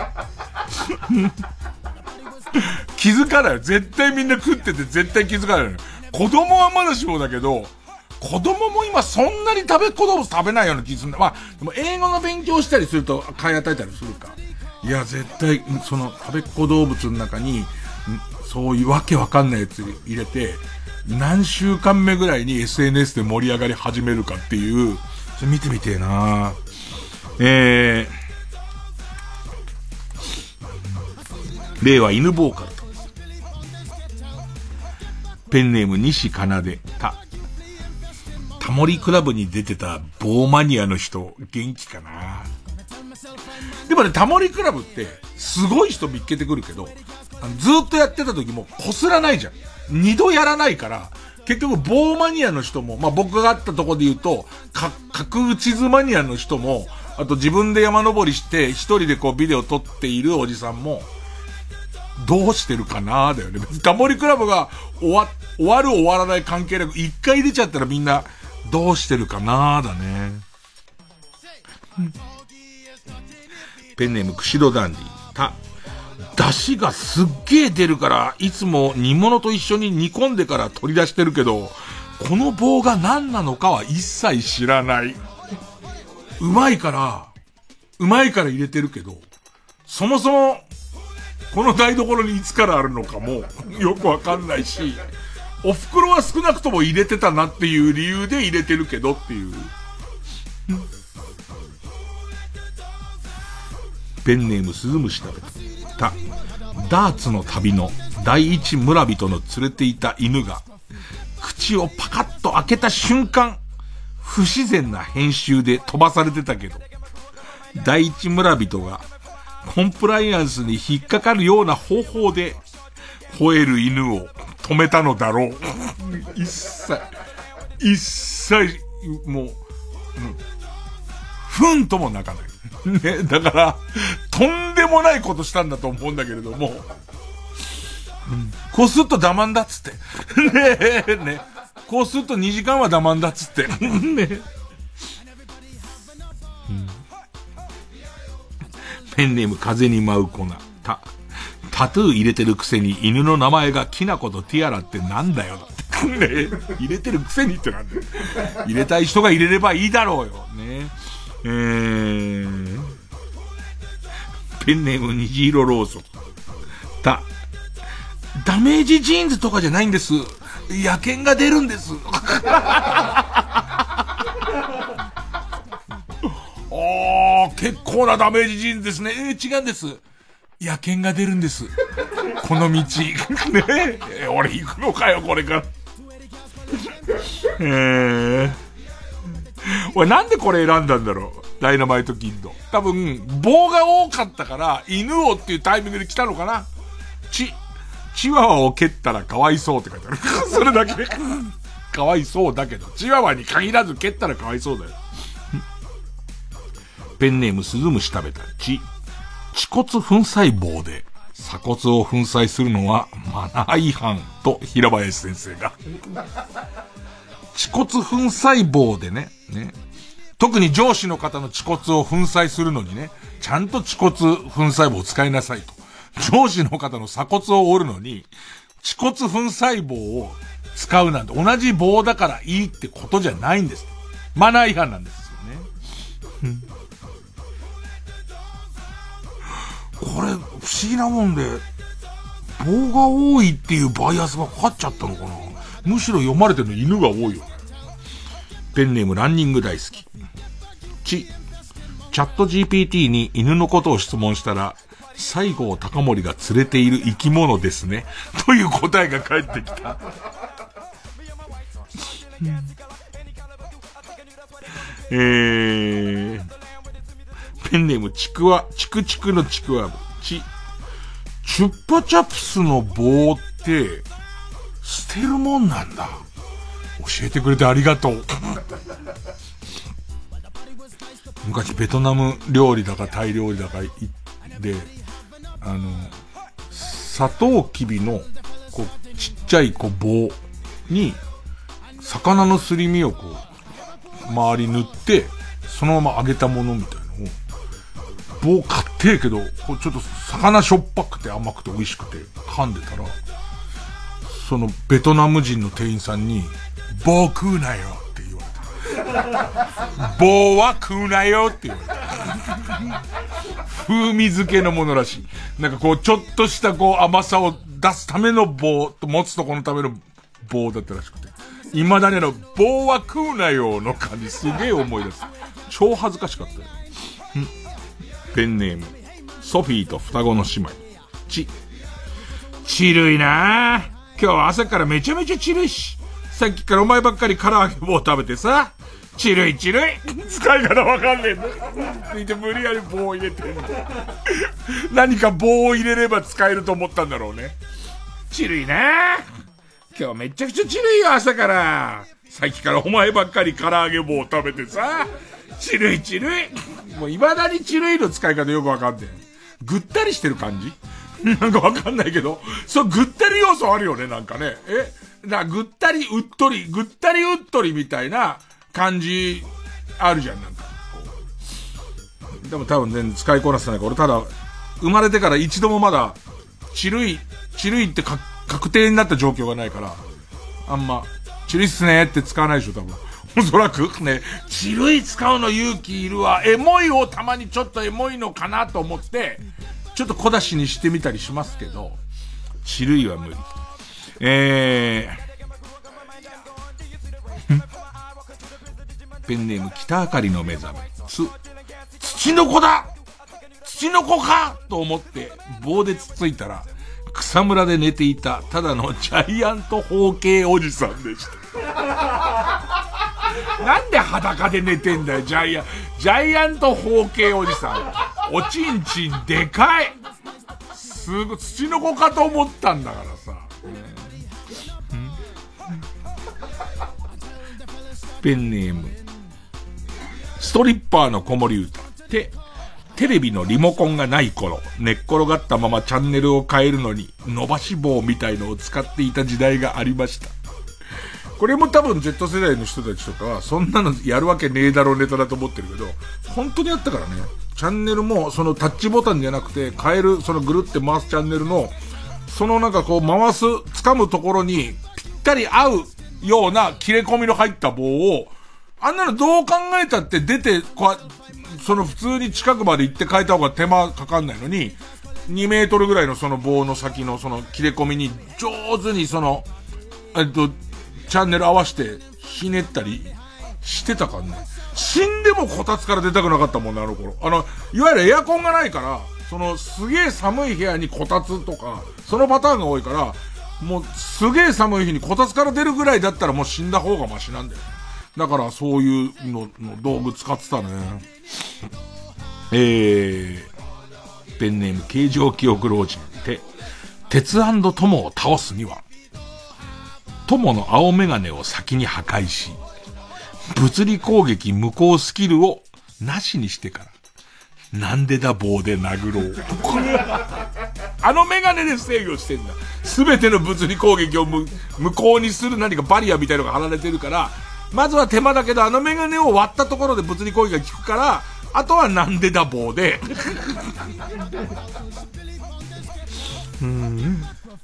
Speaker 1: 気づかないよ。絶対みんな食ってて絶対気づかないよ。子供はまだしもだけど、子供も今そんなに食べっ子動物食べないような気するんだ。まあ、でも英語の勉強したりすると買い与えたりするか。 いや、絶対、その、食べっ子動物の中に、そういうわけわかんないやつ入れて、何週間目ぐらいに エスエヌエス で盛り上がり始めるかっていう、それ見てみてえなえー、令和犬ボーカルと。ペンネーム西かなで、た。タモリクラブに出てた棒マニアの人、元気かな。でもね、タモリクラブって、すごい人見っけてくるけど、ずっとやってた時もこすらないじゃん。二度やらないから、結局棒マニアの人も、まあ、僕があったところで言うと、か、角打ち図マニアの人も、あと自分で山登りして、一人でこうビデオ撮っているおじさんも、どうしてるかなーだよね。タモリクラブが終わ、終わる終わらない関係なく、一回出ちゃったらみんな、どうしてるかなーだね。ペンネーム釧路ダンディ。た。出汁がすっげー出るから、いつも煮物と一緒に煮込んでから取り出してるけど、この棒が何なのかは一切知らない。うまいから、うまいから入れてるけど、そもそも、この台所にいつからあるのかもよくわかんないし、お袋は少なくとも入れてたなっていう理由で入れてるけどっていう。ペンネームスズムシ食べた。ダーツの旅の第一村人の連れていた犬が、口をパカッと開けた瞬間、不自然な編集で飛ばされてたけど、第一村人がコンプライアンスに引っかかるような方法で吠える犬を止めたのだろう。一切、一切、もう、うん、ふんとも泣かない。ね、だから、とんでもないことしたんだと思うんだけれども、うん、こうするとダマんだっつって。ねえ、ね。こうするとにじかんはダマんだっつって。ね、うん、ペンネーム風に舞う粉。た、タトゥー入れてるくせに犬の名前がキナコとティアラってなんだよ。ね、入れてるくせにってなんだよ。入れたい人が入れればいいだろうよ。ね。えー、ペンネーム虹色ローソン。た、ダメージジーンズとかじゃないんです。野犬が出るんです。おー、結構なダメージジーンズですね。えー、違うんです。野犬が出るんです。この道。ねえ、俺行くのかよ、これから。えー。俺なんでこれ選んだんだろう。ダイナマイトキッド。多分、棒が多かったから、犬をっていうタイミングで来たのかな。チ、チワワを蹴ったらかわいそうって書いてある。それだけ。かわいそうだけど、チワワに限らず蹴ったらかわいそうだよ。ペンネームスズムシ食べた。チ、恥骨粉細棒で鎖骨を粉砕するのはマナー違反と平林先生が。恥骨粉細棒でね、ね。特に上司の方の恥骨を粉砕するのにね、ちゃんと恥骨粉細棒を使いなさいと。上司の方の鎖骨を折るのに、恥骨粉細棒を使うなんて同じ棒だからいいってことじゃないんです。マナー違反なんですよね。これ、不思議なもんで、棒が多いっていうバイアスがかかっちゃったのかな。むしろ読まれてるの犬が多いよね。ペンネームランニング大好き。チ、チャット ジーピーティー に犬のことを質問したら、西郷隆盛が連れている生き物ですね。という答えが返ってきた。えー、ペンネームちくわ、ちくちくのちくわぶ。ち、チュッパチャプスの棒って、捨てるもんなんだ。教えてくれてありがとう。昔ベトナム料理だかタイ料理だかで、あの、サトウキビの、こう、ちっちゃいこう棒に、魚のすり身をこう、周り塗って、そのまま揚げたものみたいなのを、棒買ってえけど、こうちょっと魚しょっぱくて甘くて美味しくて、噛んでたら、そのベトナム人の店員さんに、棒食うなよって言われた。棒は食うなよって言われた。 風味付けのものらしい。なんかこう、ちょっとしたこう、甘さを出すための棒と持つとこのための棒だったらしくて。未だにあの、棒は食うなよの感じすげえ思い出す。超恥ずかしかったよ。ペンネーム、ソフィーと双子の姉妹。ち、ちるいなぁ。今日は朝からめちゃめちゃちるいし。さっきからお前ばっかり唐揚げ棒食べてさ。ちるいちるい。使い方わかんねえんだ。見て無理やり棒を入れてんの。何か棒を入れれば使えると思ったんだろうね。ちるいなぁ。今日めちゃくちゃちるいよ朝から。さっきからお前ばっかり唐揚げ棒を食べてさ。ちるいちるい。もう未だにちるいの使い方よくわかんねえ。ぐったりしてる感じなんかわかんないけど、そうぐったり要素あるよね、なんかね。えな、ぐったりうっとり、ぐったりうっとりみたいな感じあるじゃん、なんか。でも多分全然使いこなせないから、俺ただ、生まれてから一度もまだ、ちるい、ちるいってか確定になった状況がないから、あんま、ちるいっすねって使わないでしょ、多分。おそらくね、ちるい使うの勇気いるわ。エモいをたまにちょっとエモいのかなと思って、ちょっと小出しにしてみたりしますけど、ちるいは無理。えー、ペンネーム北あかりの目覚め。つ、土の子だ土の子かと思って棒でつついたら、草むらで寝ていたただのジャイアント包茎おじさんでした。なんで裸で寝てんだよ、ジャイアン、ジャイアント包茎おじさん。おちんちんでかい。すごい、土の子かと思ったんだからさ。ペンネーム、ストリッパーの子守歌。て、テレビのリモコンがない頃、寝っ転がったままチャンネルを変えるのに、伸ばし棒みたいのを使っていた時代がありました。これも多分 Z 世代の人たちとかは、そんなのやるわけねえだろネタだと思ってるけど、本当にやったからね。チャンネルも、そのタッチボタンじゃなくて、変える、そのぐるって回すチャンネルの、そのなんかこう回す、掴むところに、ぴったり合うような切れ込みの入った棒を、あんなのどう考えたって出て、こう、その普通に近くまで行って変えた方が手間かかんないのに、にメートルぐらいのその棒の先のその切れ込みに上手にその、えっと、チャンネル合わせてひねったりしてたからね。死んでもこたつから出たくなかったもんね、あの頃。あの、いわゆるエアコンがないから、そのすげえ寒い部屋にこたつとか、そのパターンが多いから、もうすげえ寒い日にこたつから出るぐらいだったらもう死んだ方がマシなんだよ。だからそういうのの道具使ってたね。えー、ペンネーム形状記憶老人って鉄&友を倒すには友の青メガネを先に破壊し物理攻撃無効スキルをなしにしてからなんでだ棒で殴ろうあのメガネで制御してんだ。すべての物理攻撃を 無, 無効にする何かバリアみたいなのが貼られてるから、まずは手間だけどあのメガネを割ったところで物理攻撃が効くから、あとはなんでだ棒でうーん、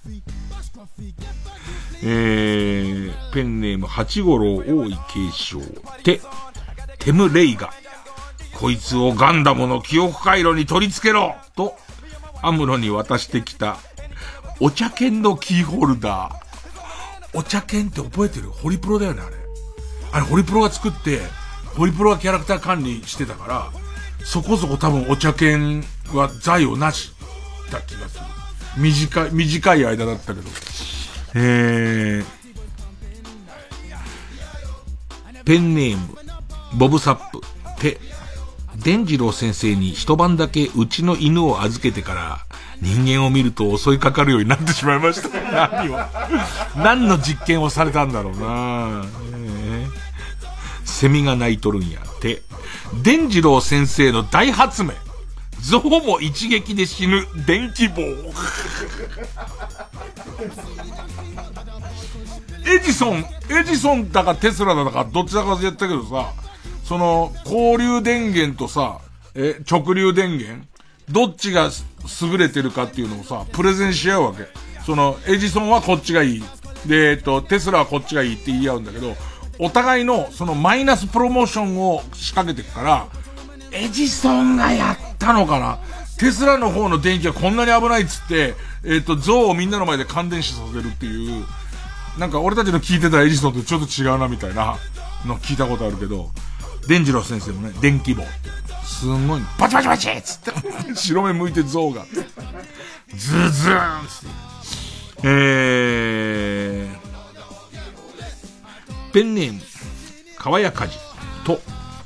Speaker 1: えー、ペンネーム八五郎大井継承てテムレイがこいつをガンダムの記憶回路に取り付けろとアムロに渡してきたお茶券のキーホルダー。お茶券って覚えてる？ホリプロだよね、あれ。あれホリプロが作ってホリプロがキャラクター管理してたから、そこそこ多分お茶券は財をなした気がする。短い短い間だったけど。えー、ペンネームボブサップて伝次郎先生に一晩だけうちの犬を預けてから人間を見ると襲いかかるようになってしまいました。何を何の実験をされたんだろうな、えー、セミが鳴いとるんやって伝次郎先生の大発明象も一撃で死ぬ電気棒エジソンエジソンだかテスラだかどっちだかやったけどさ、その交流電源とさえ直流電源どっちが優れてるかっていうのをさプレゼンし合うわけ。そのエジソンはこっちがいいで、えっとテスラはこっちがいいって言い合うんだけど、お互いのそのマイナスプロモーションを仕掛けていくから、エジソンがやったのかな、 テスラの方の電気はこんなに危ないっつって、えっと、像をみんなの前で感電死させるっていう、なんか俺たちの聞いてたエジソンとちょっと違うなみたいなの聞いたことあるけど、デンジロス先生もね、電気棒。すんごい、バチバチバチっつって、白目向いて像が。ズズーンっつって。えー、ペンネーム、川谷かじと、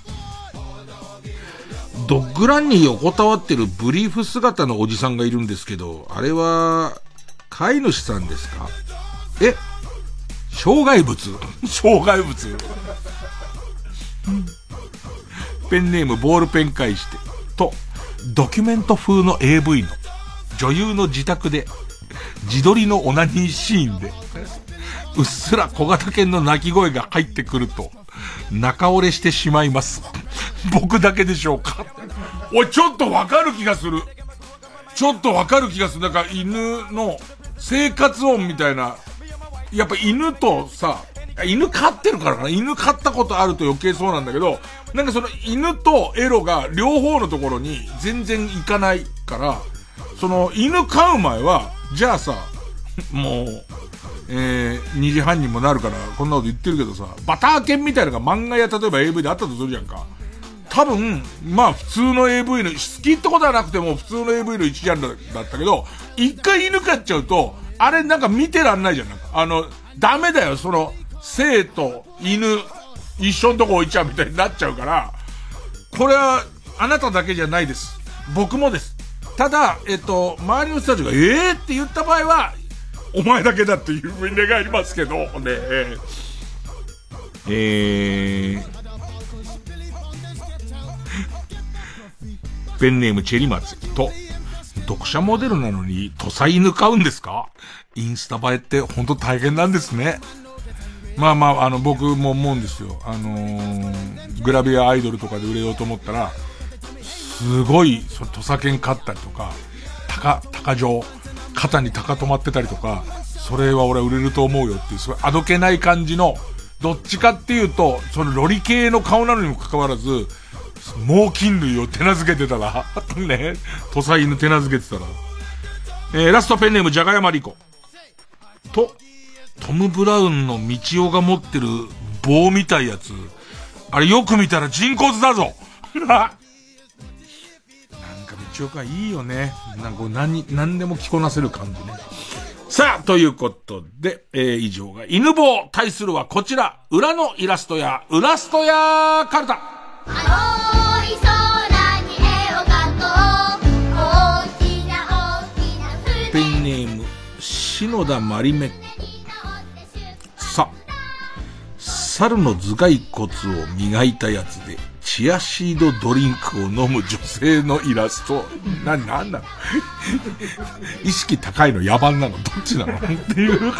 Speaker 1: ドッグランに横たわってるブリーフ姿のおじさんがいるんですけど、あれは、飼い主さんですか？え？障害物？障害物？ペンネームボールペン返してと、ドキュメント風の エーブイ の女優の自宅で自撮りのオナニーシーンでうっすら小型犬の鳴き声が入ってくると中折れしてしまいます。僕だけでしょうか？おい、ちょっとわかる気がする。ちょっとわかる気がする。なんか犬の生活音みたいな、やっぱ犬とさ、犬飼ってるからかな。犬飼ったことあると余計そうなんだけど、なんかその犬とエロが両方のところに全然いかないから、その犬飼う前は、じゃあさ、もう、えー、にじはんにもなるからこんなこと言ってるけどさ、バター犬みたいなのが漫画や例えば エーブイ であったとするじゃんか。多分、まあ普通の エーブイ の、好きってことはなくても普通の エーブイ の一ジャンルだったけど、一回犬飼っちゃうと、あれなんか見てらんないじゃん。なんかあの、ダメだよ、その、生と犬、一緒のとこ置いちゃうみたいになっちゃうから、これは、あなただけじゃないです。僕もです。ただ、えっと、周りの人たちが、えーって言った場合は、お前だけだっていうふうに願いますけど、ね、えー、えー、ペンネームチェリマツと、読者モデルなのに土佐犬飼うんですか？インスタ映えって本当大変なんですね。まあまあ、あの、僕も思うんですよ。あのー、グラビアアイドルとかで売れようと思ったら、すごい、その土佐犬飼ったりとか、鷹、鷹状、肩に鷹止まってたりとか、それは俺売れると思うよっていう、すごいあどけない感じの、どっちかっていうと、そのロリ系の顔なのにもかかわらず、猛禽類を手なずけてたら、ね、土佐犬手なずけてたら。えー、ラストペンネームじゃがやまりこ。と、トム・ブラウンの道夫が持ってる棒みたいやつ。あれよく見たら人骨だぞなんか道夫がいいよね。なんか何、何でも着こなせる感じね。さあ、ということで、えー、以上が犬棒。対するはこちら。裏のイラストや、ウラストやカルタ。青い空に絵を描こう。大きな大きな船。ペンネーム、篠田まりめっこ。さ、猿の頭蓋骨を磨いたやつで、チアシードドリンクを飲む女性のイラスト。な、なんなの意識高いの野蛮なのどっちなのっていう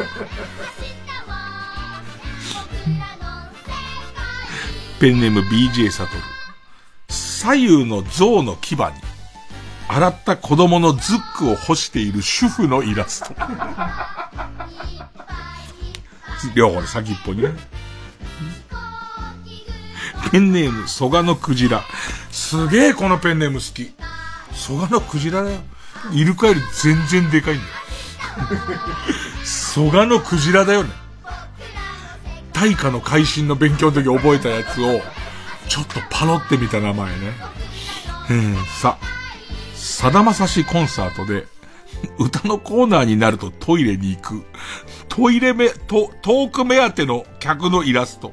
Speaker 1: ペンネーム ビージェー サトル。左右の象の牙に洗った子供のズックを干している主婦のイラスト。両方で先っぽにね。ペンネーム蘇我のクジラ。すげえこのペンネーム好き。蘇我のクジラだよ。イルカより全然でかいんだよ。蘇我のクジラだよね。大化の改新の勉強の時覚えたやつをちょっとパロってみた名前ね。うん、さ、さだまさしコンサートで歌のコーナーになるとトイレに行くトイレめトトーク目当ての客のイラスト。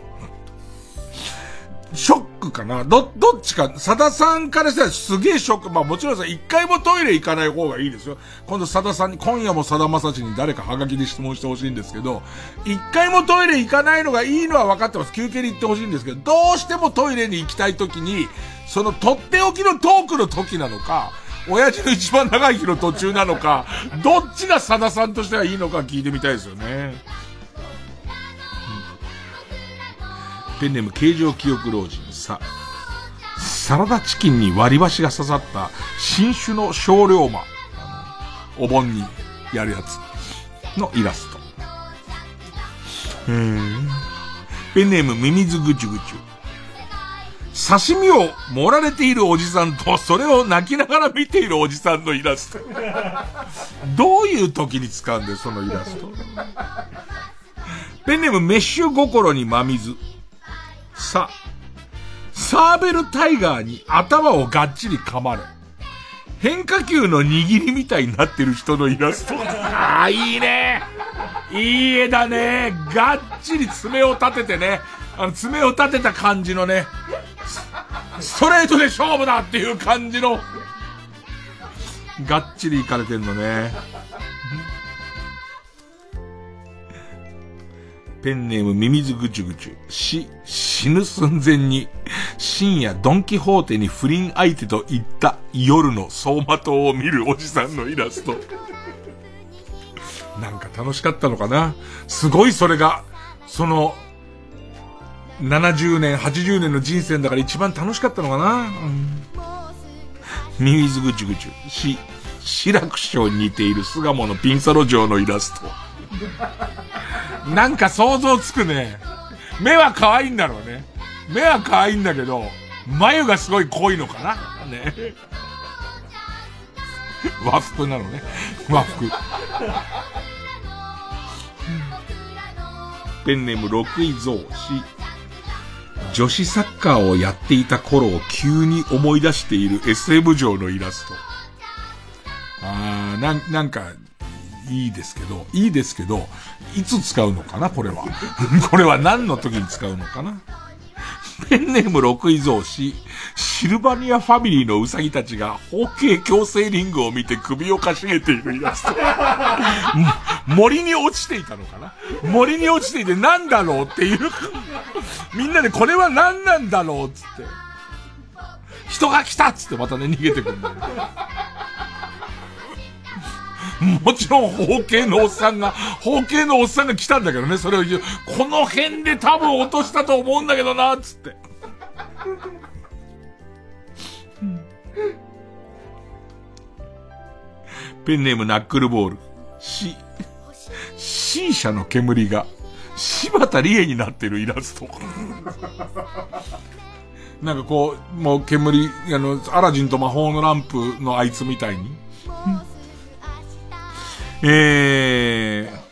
Speaker 1: ショックかな、どどっちか。さださんからしたらすげえショック。まあもちろんさ、一回もトイレ行かない方がいいですよ。今度さださんに、今夜もさだまさしに誰かハガキで質問してほしいんですけど、一回もトイレ行かないのがいいのは分かってます。休憩に行ってほしいんですけど、どうしてもトイレに行きたい時に、そのとっておきのトークの時なのか、親父の一番長い日の途中なのか、どっちがさださんとしてはいいのか聞いてみたいですよね。ペンネーム形状記憶老人。さ、サラダチキンに割り箸が刺さった新種の小龍馬、あのお盆にやるやつのイラスト。うーん。ペンネームミミズぐちゅぐちゅ。 刺身を盛られているおじさんと、それを泣きながら見ているおじさんのイラスト。どういう時に使うんだよ、そのイラスト。ペンネームメッシュ心に真水。さ、サーベルタイガーに頭をがっちり噛まれ、変化球の握りみたいになってる人のイラスト。ああ、いいね。いい絵だね。がっちり爪を立ててね。あの爪を立てた感じのね。ストレートで勝負だっていう感じの。がっちりいかれてんのね。ペンネームミミズぐちゅぐちゅ。し、死ぬ寸前に、深夜ドンキホーテに不倫相手と行った夜の走馬灯を見るおじさんのイラスト。なんか楽しかったのかな。すごいそれが、その、ななじゅうねん、はちじゅうねんの人生だから一番楽しかったのかな。うん、ミミズぐちゅぐちゅ。し、志らく師匠に似ている巣鴨のピンサロ城のイラスト。なんか想像つくね。目は可愛いんだろうね。目は可愛いんだけど、眉がすごい濃いのかなね。和服なのね。和服。ペンネーム六位蔵し、女子サッカーをやっていた頃を急に思い出している エスエム 城のイラスト。あー、なん、なんか、いいですけど、いいですけど、いつ使うのかなこれは。これは何の時に使うのかな。ペンネーム六位蔵し、シルバニアファミリーのウサギたちが包茎矯正リングを見て首をかしげているイラスト。森に落ちていたのかな。森に落ちていて何だろうっていう。みんなでこれは何なんだろうっつって。人が来たっつってまたね逃げてくるんだよね。もちろん包茎のおっさんが、包茎のおっさんが来たんだけどね、それを言う。この辺で多分落としたと思うんだけどな、つって。ペンネームナックルボール。し、C 社の煙が柴田理恵になってるイラスト。なんかこう、もう煙、あの、アラジンと魔法のランプのあいつみたいに。えー、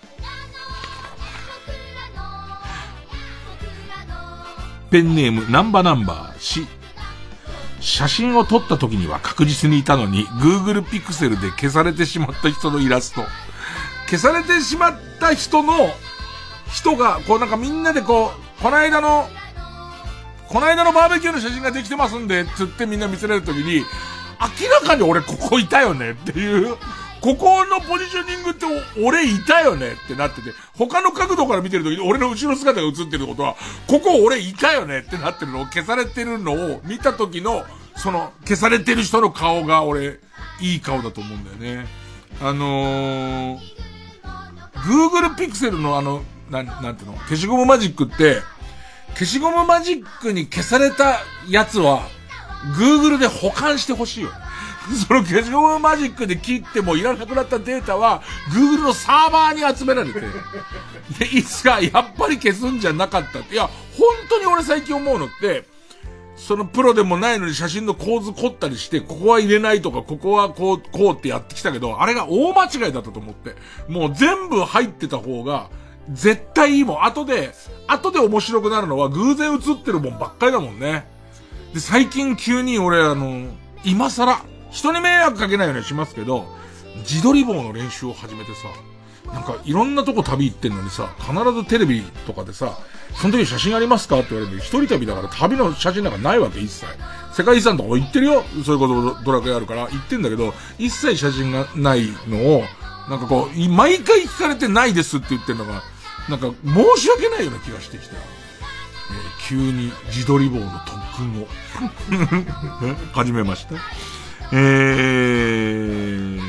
Speaker 1: ペンネームナンバナンバーし、写真を撮った時には確実にいたのに Google ピクセルで消されてしまった人のイラスト。消されてしまった人の人がこうなんかみんなでこうこの間のこの間のバーベキューの写真ができてますんでつってみんな見せられる時に明らかに俺ここいたよねっていう、ここのポジショニングって俺いたよねってなってて、他の角度から見てるときに俺の後ろ姿が映ってることは、ここ俺いたよねってなってるのを消されてるのを見たときの、その消されてる人の顔が俺、いい顔だと思うんだよね。あのー、Google Pixel のあの、なん、なんていうの消しゴムマジックって、消しゴムマジックに消されたやつは、Google で保管してほしいよ。その消しゴムマジックで切ってもいらなくなったデータは Google のサーバーに集められて、でいつかやっぱり消すんじゃなかったって。いや本当に俺最近思うのって、そのプロでもないのに写真の構図凝ったりして、ここは入れないとかここはこうこうってやってきたけど、あれが大間違いだったと思って、もう全部入ってた方が絶対いいもん。後で後で面白くなるのは偶然映ってるもんばっかりだもんね。で最近急に俺あの今更人に迷惑かけないようにしますけど、自撮り棒の練習を始めてさ、なんかいろんなとこ旅行ってんのにさ、必ずテレビとかでさ、その時写真ありますかって言われるんで、一人旅だから旅の写真なんかないわけ一切。世界遺産とか行ってるよ、そういうことドラクエあるから行ってんだけど、一切写真がないのを、なんかこう、毎回聞かれてないですって言ってるのが、なんか申し訳ないような気がしてきて、えー、急に自撮り棒の特訓を始めました。えー、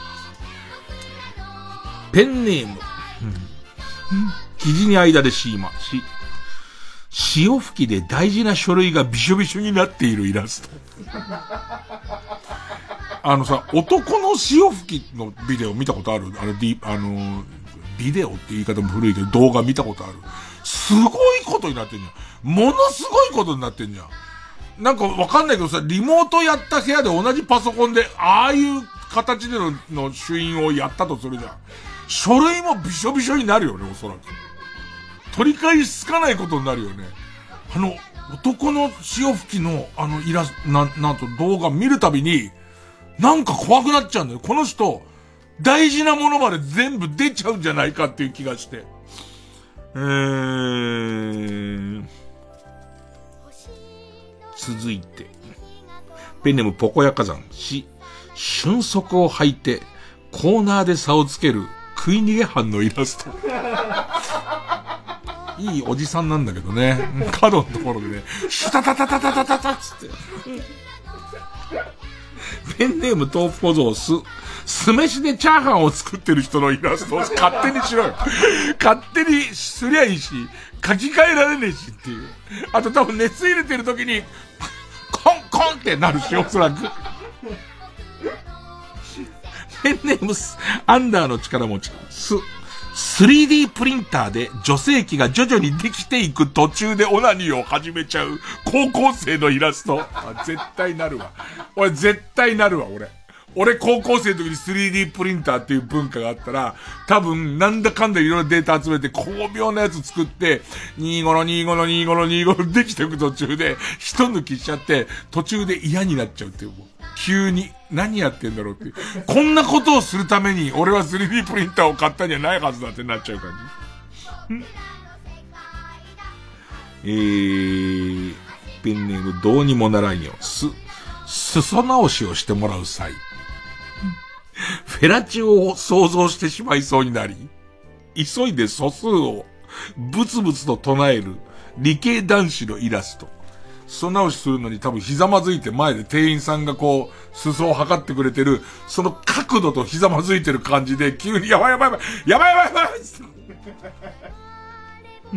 Speaker 1: ペンネーム、生地に間でシーマし、潮吹きで大事な書類がびしょびしょになっているイラスト。あのさ、男の潮吹きのビデオ見たことある？あの、D、あの、ビデオって言い方も古いけど動画見たことある？すごいことになってんじゃん。ものすごいことになってんじゃん。 なんかわかんないけどさ、リモートやった部屋で同じパソコンで、ああいう形での、の朱印をやったとするじゃん。書類もびしょびしょになるよね、おそらく。取り返しつかないことになるよね。あの、男の潮吹きの、あの、イラスト、な、なんと動画見るたびに、なんか怖くなっちゃうんだよ。この人、大事なものまで全部出ちゃうんじゃないかっていう気がして。えー、続いて、ペンネームポコヤ火山し、瞬足を履いて、コーナーで差をつける食い逃げ犯のイラスト。いいおじさんなんだけどね。角のところでね、シュタタタタタタタタつって。ペンネーム豆腐小僧す、酢飯でチャーハンを作ってる人のイラストを勝手にしろよ。勝手にすりゃいいし、書き換えられねえしっていう。あと多分熱入れてる時に、コンコンってなるし、おそらく。ペンネームス、アンダーの力持ち、す、スリーディー プリンターで女性器が徐々にできていく途中でオナニーを始めちゃう高校生のイラスト。あ、絶対なるわ。俺絶対なるわ、俺。俺高校生の時に スリーディー プリンターっていう文化があったら、多分なんだかんだいろいろデータ集めて巧妙なやつ作って、にじゅうごのにじゅうごのにじゅうごのにじゅうごのできていく途中で、一抜きしちゃって、途中で嫌になっちゃうっていう。急に。何やってんだろうっていう。こんなことをするために、俺は スリーディー プリンターを買ったんじゃないはずだってなっちゃう感じ。えー、ペンネームどうにもならんよ。す、裾直しをしてもらう際。フェラチオを想像してしまいそうになり、急いで素数をブツブツと唱える理系男子のイラスト。裾直しするのに多分ひざまずいて前で店員さんがこう、裾を測ってくれてる、その角度とひざまずいてる感じで急にやばいやばいやばいやばいやばいやばいうん、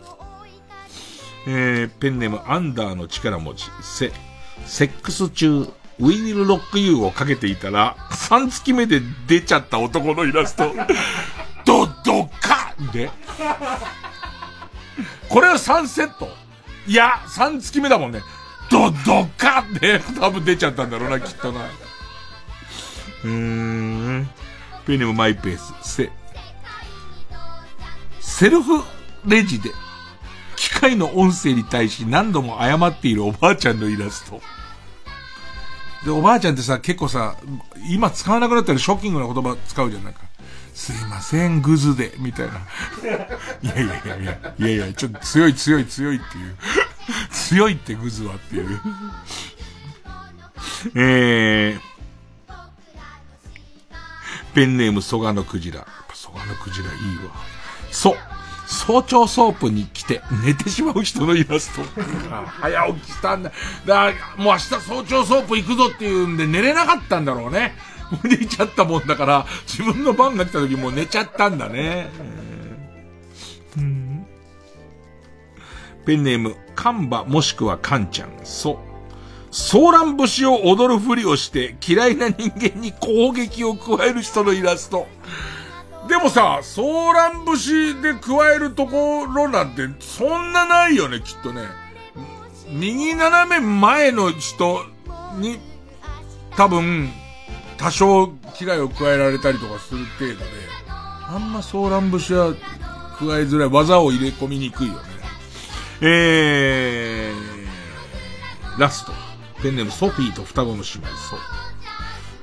Speaker 1: えー、ペンネームアンダーの力持ち、セ、セックス中、We will rock you をかけていたら、さん月目で出ちゃった男のイラスト。ドドカンで。これはさんセット。いや、さん月目だもんね。ドドカンで多分出ちゃったんだろうな、きっとな。うーん。ペンネームマイペース。セ。セルフレジで、機械の音声に対し何度も謝っているおばあちゃんのイラスト。で、おばあちゃんってさ、結構さ、今使わなくなったらショッキングな言葉使うじゃん、なんか。すいません、グズで、みたいな。いやいやいやいや、いやいや、ちょっと強い強い強いっていう。強いってグズはっていう。えー、ペンネームソガのクジラ。ソガのクジラいいわ。そう。早朝ソープに来て寝てしまう人のイラスト。早起きしたんだ。だからもう明日早朝ソープ行くぞっていうんで寝れなかったんだろうね。寝ちゃったもんだから自分の番が来た時もう寝ちゃったんだね。うん、ペンネームカンバもしくはカンちゃん。そう。ソーラン節を踊るふりをして嫌いな人間に攻撃を加える人のイラスト。でもさ、ソーラン節で加えるところなんてそんなないよね、きっとね。右斜め前の人に多分多少危害を加えられたりとかする程度で、あんまソーラン節は加えづらい、技を入れ込みにくいよね。えー、ラスト。ペンネームソフィーと双子の姉妹。そう。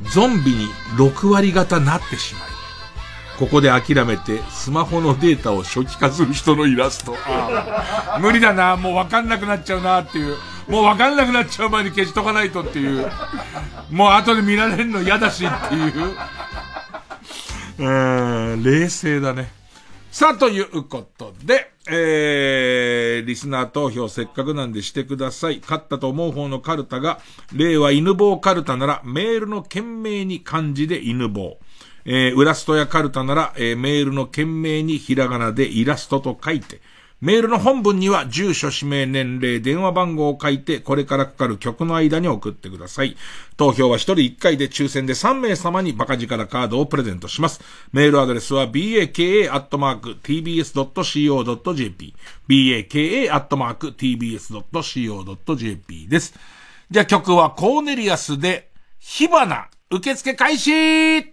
Speaker 1: ゾンビにろく割方なってしまい、ここで諦めてスマホのデータを初期化する人のイラスト。あ無理だな、もう分かんなくなっちゃうなっていう。もう分かんなくなっちゃう前に消しとかないとっていう。もう後で見られるの嫌だしっていう。えー、冷静だね。さあ、ということで、えー、リスナー投票せっかくなんでしてください。勝ったと思う方のカルタが、令和犬棒カルタならメールの件名に漢字で犬棒。えー、ウラストやカルタなら、えー、メールの件名にひらがなでイラストと書いて、 メールの本文には住所、氏名、年齢、電話番号を書いて、これからかかる曲の間に送ってください。投票はひとりいっかいで抽選でさんめい様にバカ力カードをプレゼントします。メールアドレスは バカ アットマーク ティービーエスドットシーオードットジェーピー バカ アットマーク ティービーエスドットシーオードットジェーピー です。じゃあ曲はコーネリアスで火花、受付開始。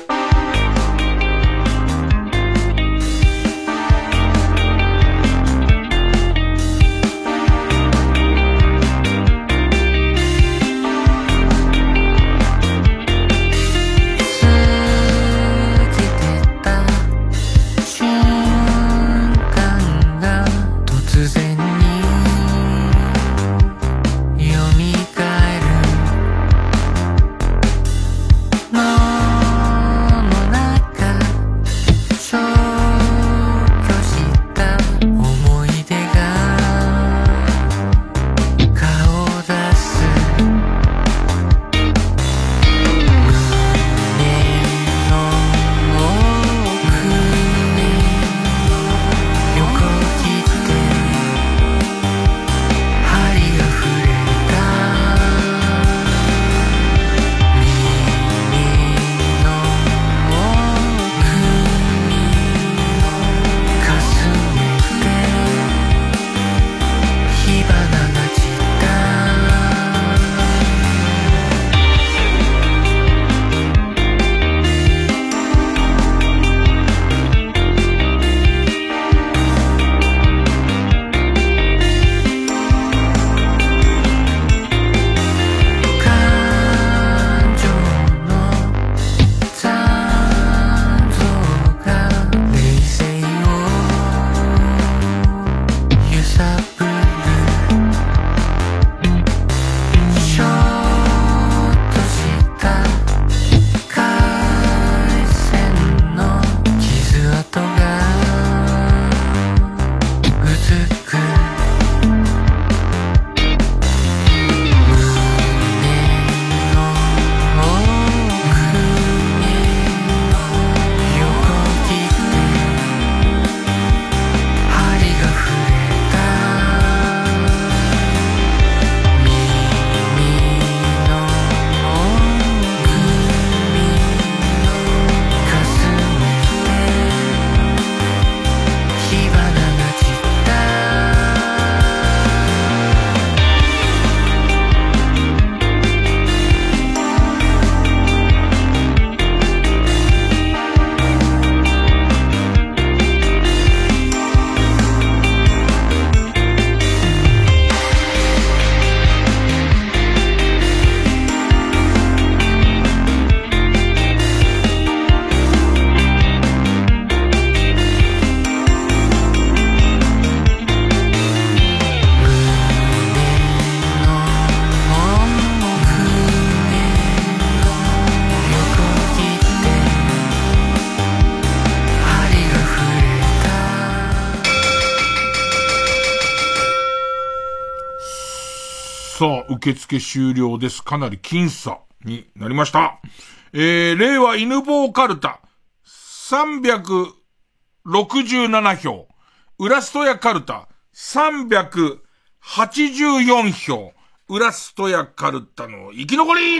Speaker 1: さあ、受付終了です。かなり僅差になりました。えー、令和犬坊カルタ、さんびゃくろくじゅうななひょう。浦ストヤカルタ、さんびゃくはちじゅうよんひょう。浦ストヤカルタの生き残り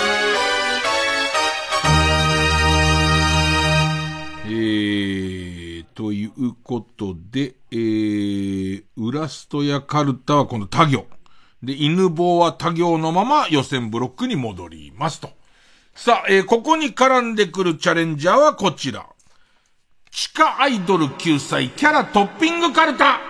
Speaker 1: えー、ということで、えー、浦ストヤカルタはこの他行。で、犬坊は他行のまま予選ブロックに戻りますと。さあ、えー、ここに絡んでくるチャレンジャーはこちら。地下アイドル救済キャラトッピングカルタ。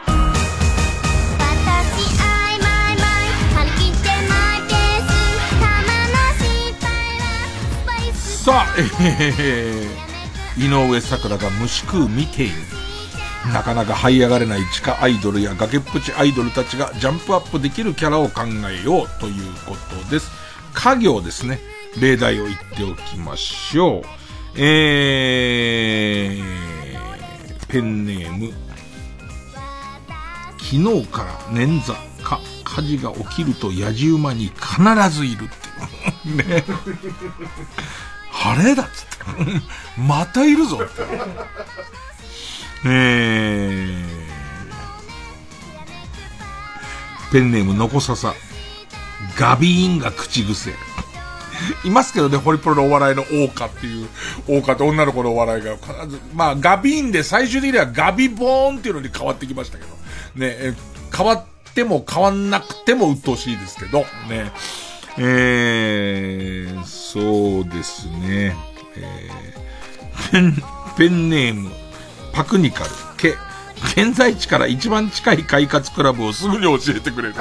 Speaker 1: さあ、えー、井上咲楽が虫食うみてえに。なかなか這い上がれない地下アイドルや崖っぷちアイドルたちがジャンプアップできるキャラを考えようということです。家業ですね。例題を言っておきましょう。えー、ペンネーム。昨日から捻挫か火事が起きるとやじ馬に必ずいるってね。晴れだっつってまたいるぞって。えー、 ペンネームのこささ。ガビーンが口癖。いますけどね、ホリプロのお笑いの大花っていう、大花って女の子のお笑いが必ず、まあガビーンで最終的にはガビボーンっていうのに変わってきましたけど。ね、変わっても変わんなくても鬱陶しいですけど、ね。えー、そうですね。えー、ペン、ペンネーム、パクニカル、け、現在地から一番近い快活クラブをすぐに教えてくれる。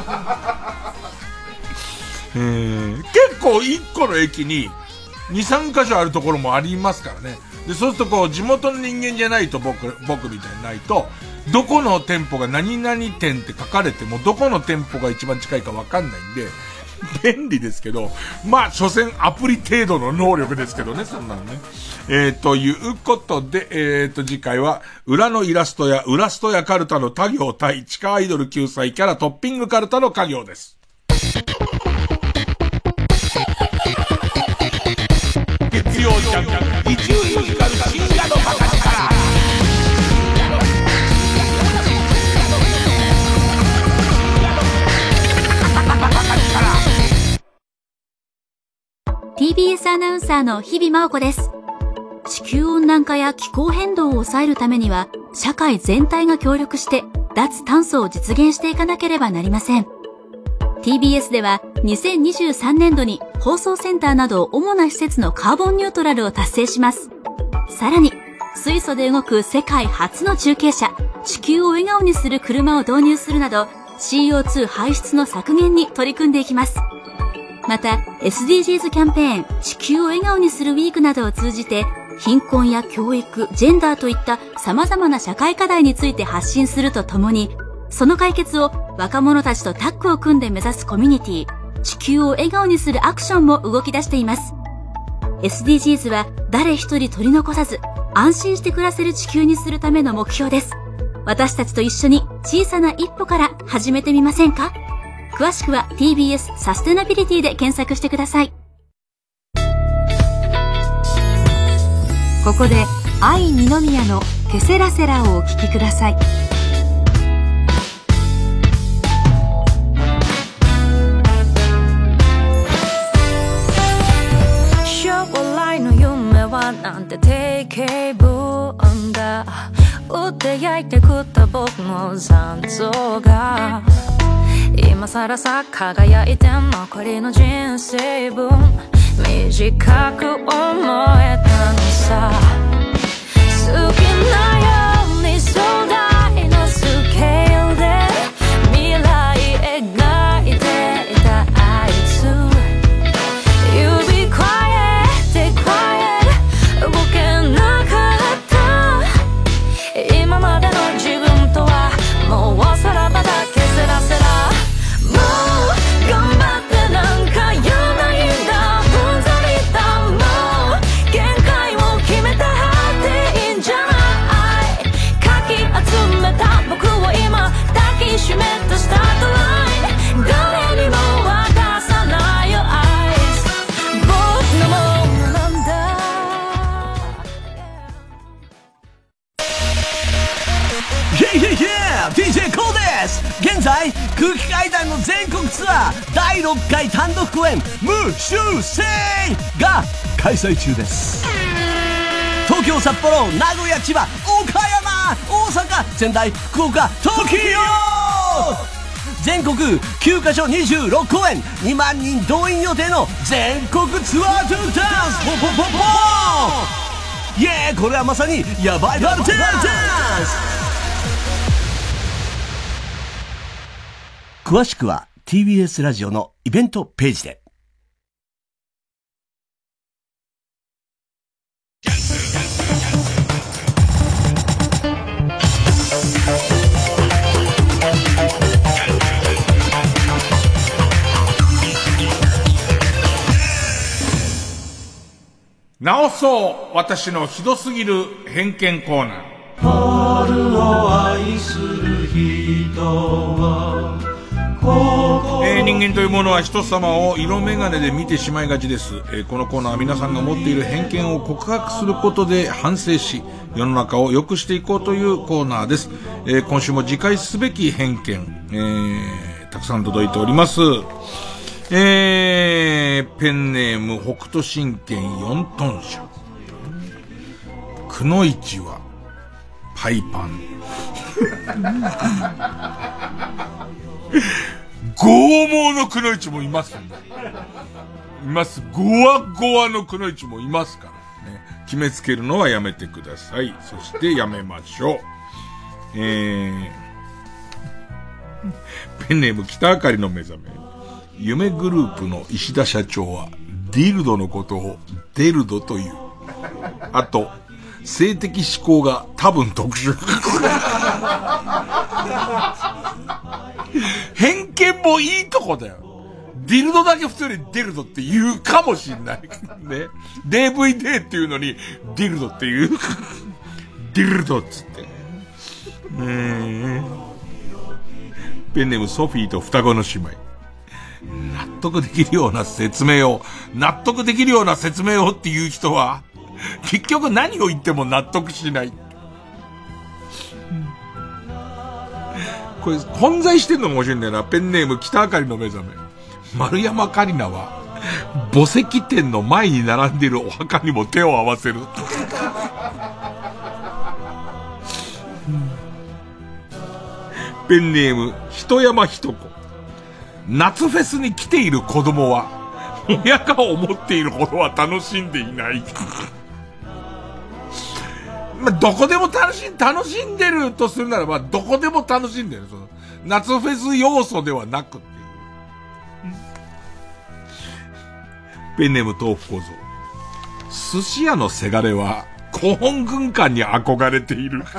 Speaker 1: えー、結構一個の駅にに、さんカ所あるところもありますからね。で、そうするとこう、地元の人間じゃないと僕、僕みたいにないと、どこの店舗が何々店って書かれても、どこの店舗が一番近いかわかんないんで、便利ですけど、まあ、所詮アプリ程度の能力ですけどね、そんなのね。えー、ということで、えー、と、次回は、裏のイラストや、裏ストやカルタの他行対、地下アイドル救済キャラトッピングカルタの家業です。月曜ジャンク、一流ミュージカル深夜のバカ力。
Speaker 3: ティービーエス アナウンサーの日々真央子です。地球温暖化や気候変動を抑えるためには、社会全体が協力して脱炭素を実現していかなければなりません。ティービーエス ではにせんにじゅうさんねんどに放送センターなど主な施設のカーボンニュートラルを達成します。さらに、水素で動く世界初の中継車、地球を笑顔にする車を導入するなど、シーオーツー 排出の削減に取り組んでいきます。また エスディージーズ キャンペーン地球を笑顔にするウィークなどを通じて貧困や教育、ジェンダーといった様々な社会課題について発信するとともに、その解決を若者たちとタッグを組んで目指すコミュニティ、地球を笑顔にするアクションも動き出しています。エスディージーズ は誰一人取り残さず安心して暮らせる地球にするための目標です。私たちと一緒に小さな一歩から始めてみませんか？詳しくは ティービーエス サステナビリティで検索してください。
Speaker 7: ここで愛二宮のケセラセラをお聴きください。
Speaker 2: 将来の夢はなんて定型文だ。打って焼いて食った僕の残像が今さらさ輝いて残りの人生分短く思えたのさ。好きなように壮大なスケールで未来描いていたあいつ You be quiet, quiet 動けなかった今までの自分とはもうさらばだけセラセラもう頑張ってなんかやないんだうんざりだもう限界を決めたっていいんじゃないかき集めた僕を今抱きしめたスタートライン誰にも渡さないよアイス僕のものなんだ
Speaker 14: Yeah, yeah, yeah! ディージェー コーです。現在空気階段の全国ツアーだいろっかい単独公演無修正が開催中です。東京、札幌、名古屋、千葉、岡山、大阪、仙台、福岡、東京全国きゅうカ所にじゅうろく公演にまんにん動員予定の全国ツアートゥダンスポポポポーイエーこれはまさにヤバいバルダンス。詳しくは ティービーエス ラジオのイベントページで。
Speaker 1: 直そう私のひどすぎる偏見コーナー。
Speaker 12: 春を愛する人は
Speaker 1: えー、人間というものは人様を色眼鏡で見てしまいがちです、えー、このコーナーは皆さんが持っている偏見を告白することで反省し世の中を良くしていこうというコーナーです、えー、今週も自戒すべき偏見、えー、 たくさん届いております。えー、ペンネーム北斗神拳よんトン車。くのいちはパイパン。剛毛のくのいちもいますね。います。ゴワゴワのくのいちもいますからね。決めつけるのはやめてください。そしてやめましょう。えー、ペンネーム北あかりの目覚め。夢グループの石田社長はディルドのことをデルドという。あと、性的指向が多分特殊。偏見もいいとこだよ。ディルドだけ普通にデルドって言うかもしんない。ね。ディーブイディー っていうのにディルドっていう。ディルドっつって。ねペンネームソフィーと双子の姉妹。納得できるような説明を、納得できるような説明をっていう人は、結局何を言っても納得しない。これ、混在してんのが面白いんだよな。ペンネーム北あかりの目覚め。丸山カリナは、墓石店の前に並んでいるお墓にも手を合わせる。ペンネーム、人山ひとこ。夏フェスに来ている子供は、親が思っているほどは楽しんでいない。まあ、どこでも楽しん、楽しんでるとするならば、どこでも楽しんでる。その夏フェス要素ではなくっていう。ペンネーム豆腐小僧。寿司屋のせがれは、古本軍艦に憧れている。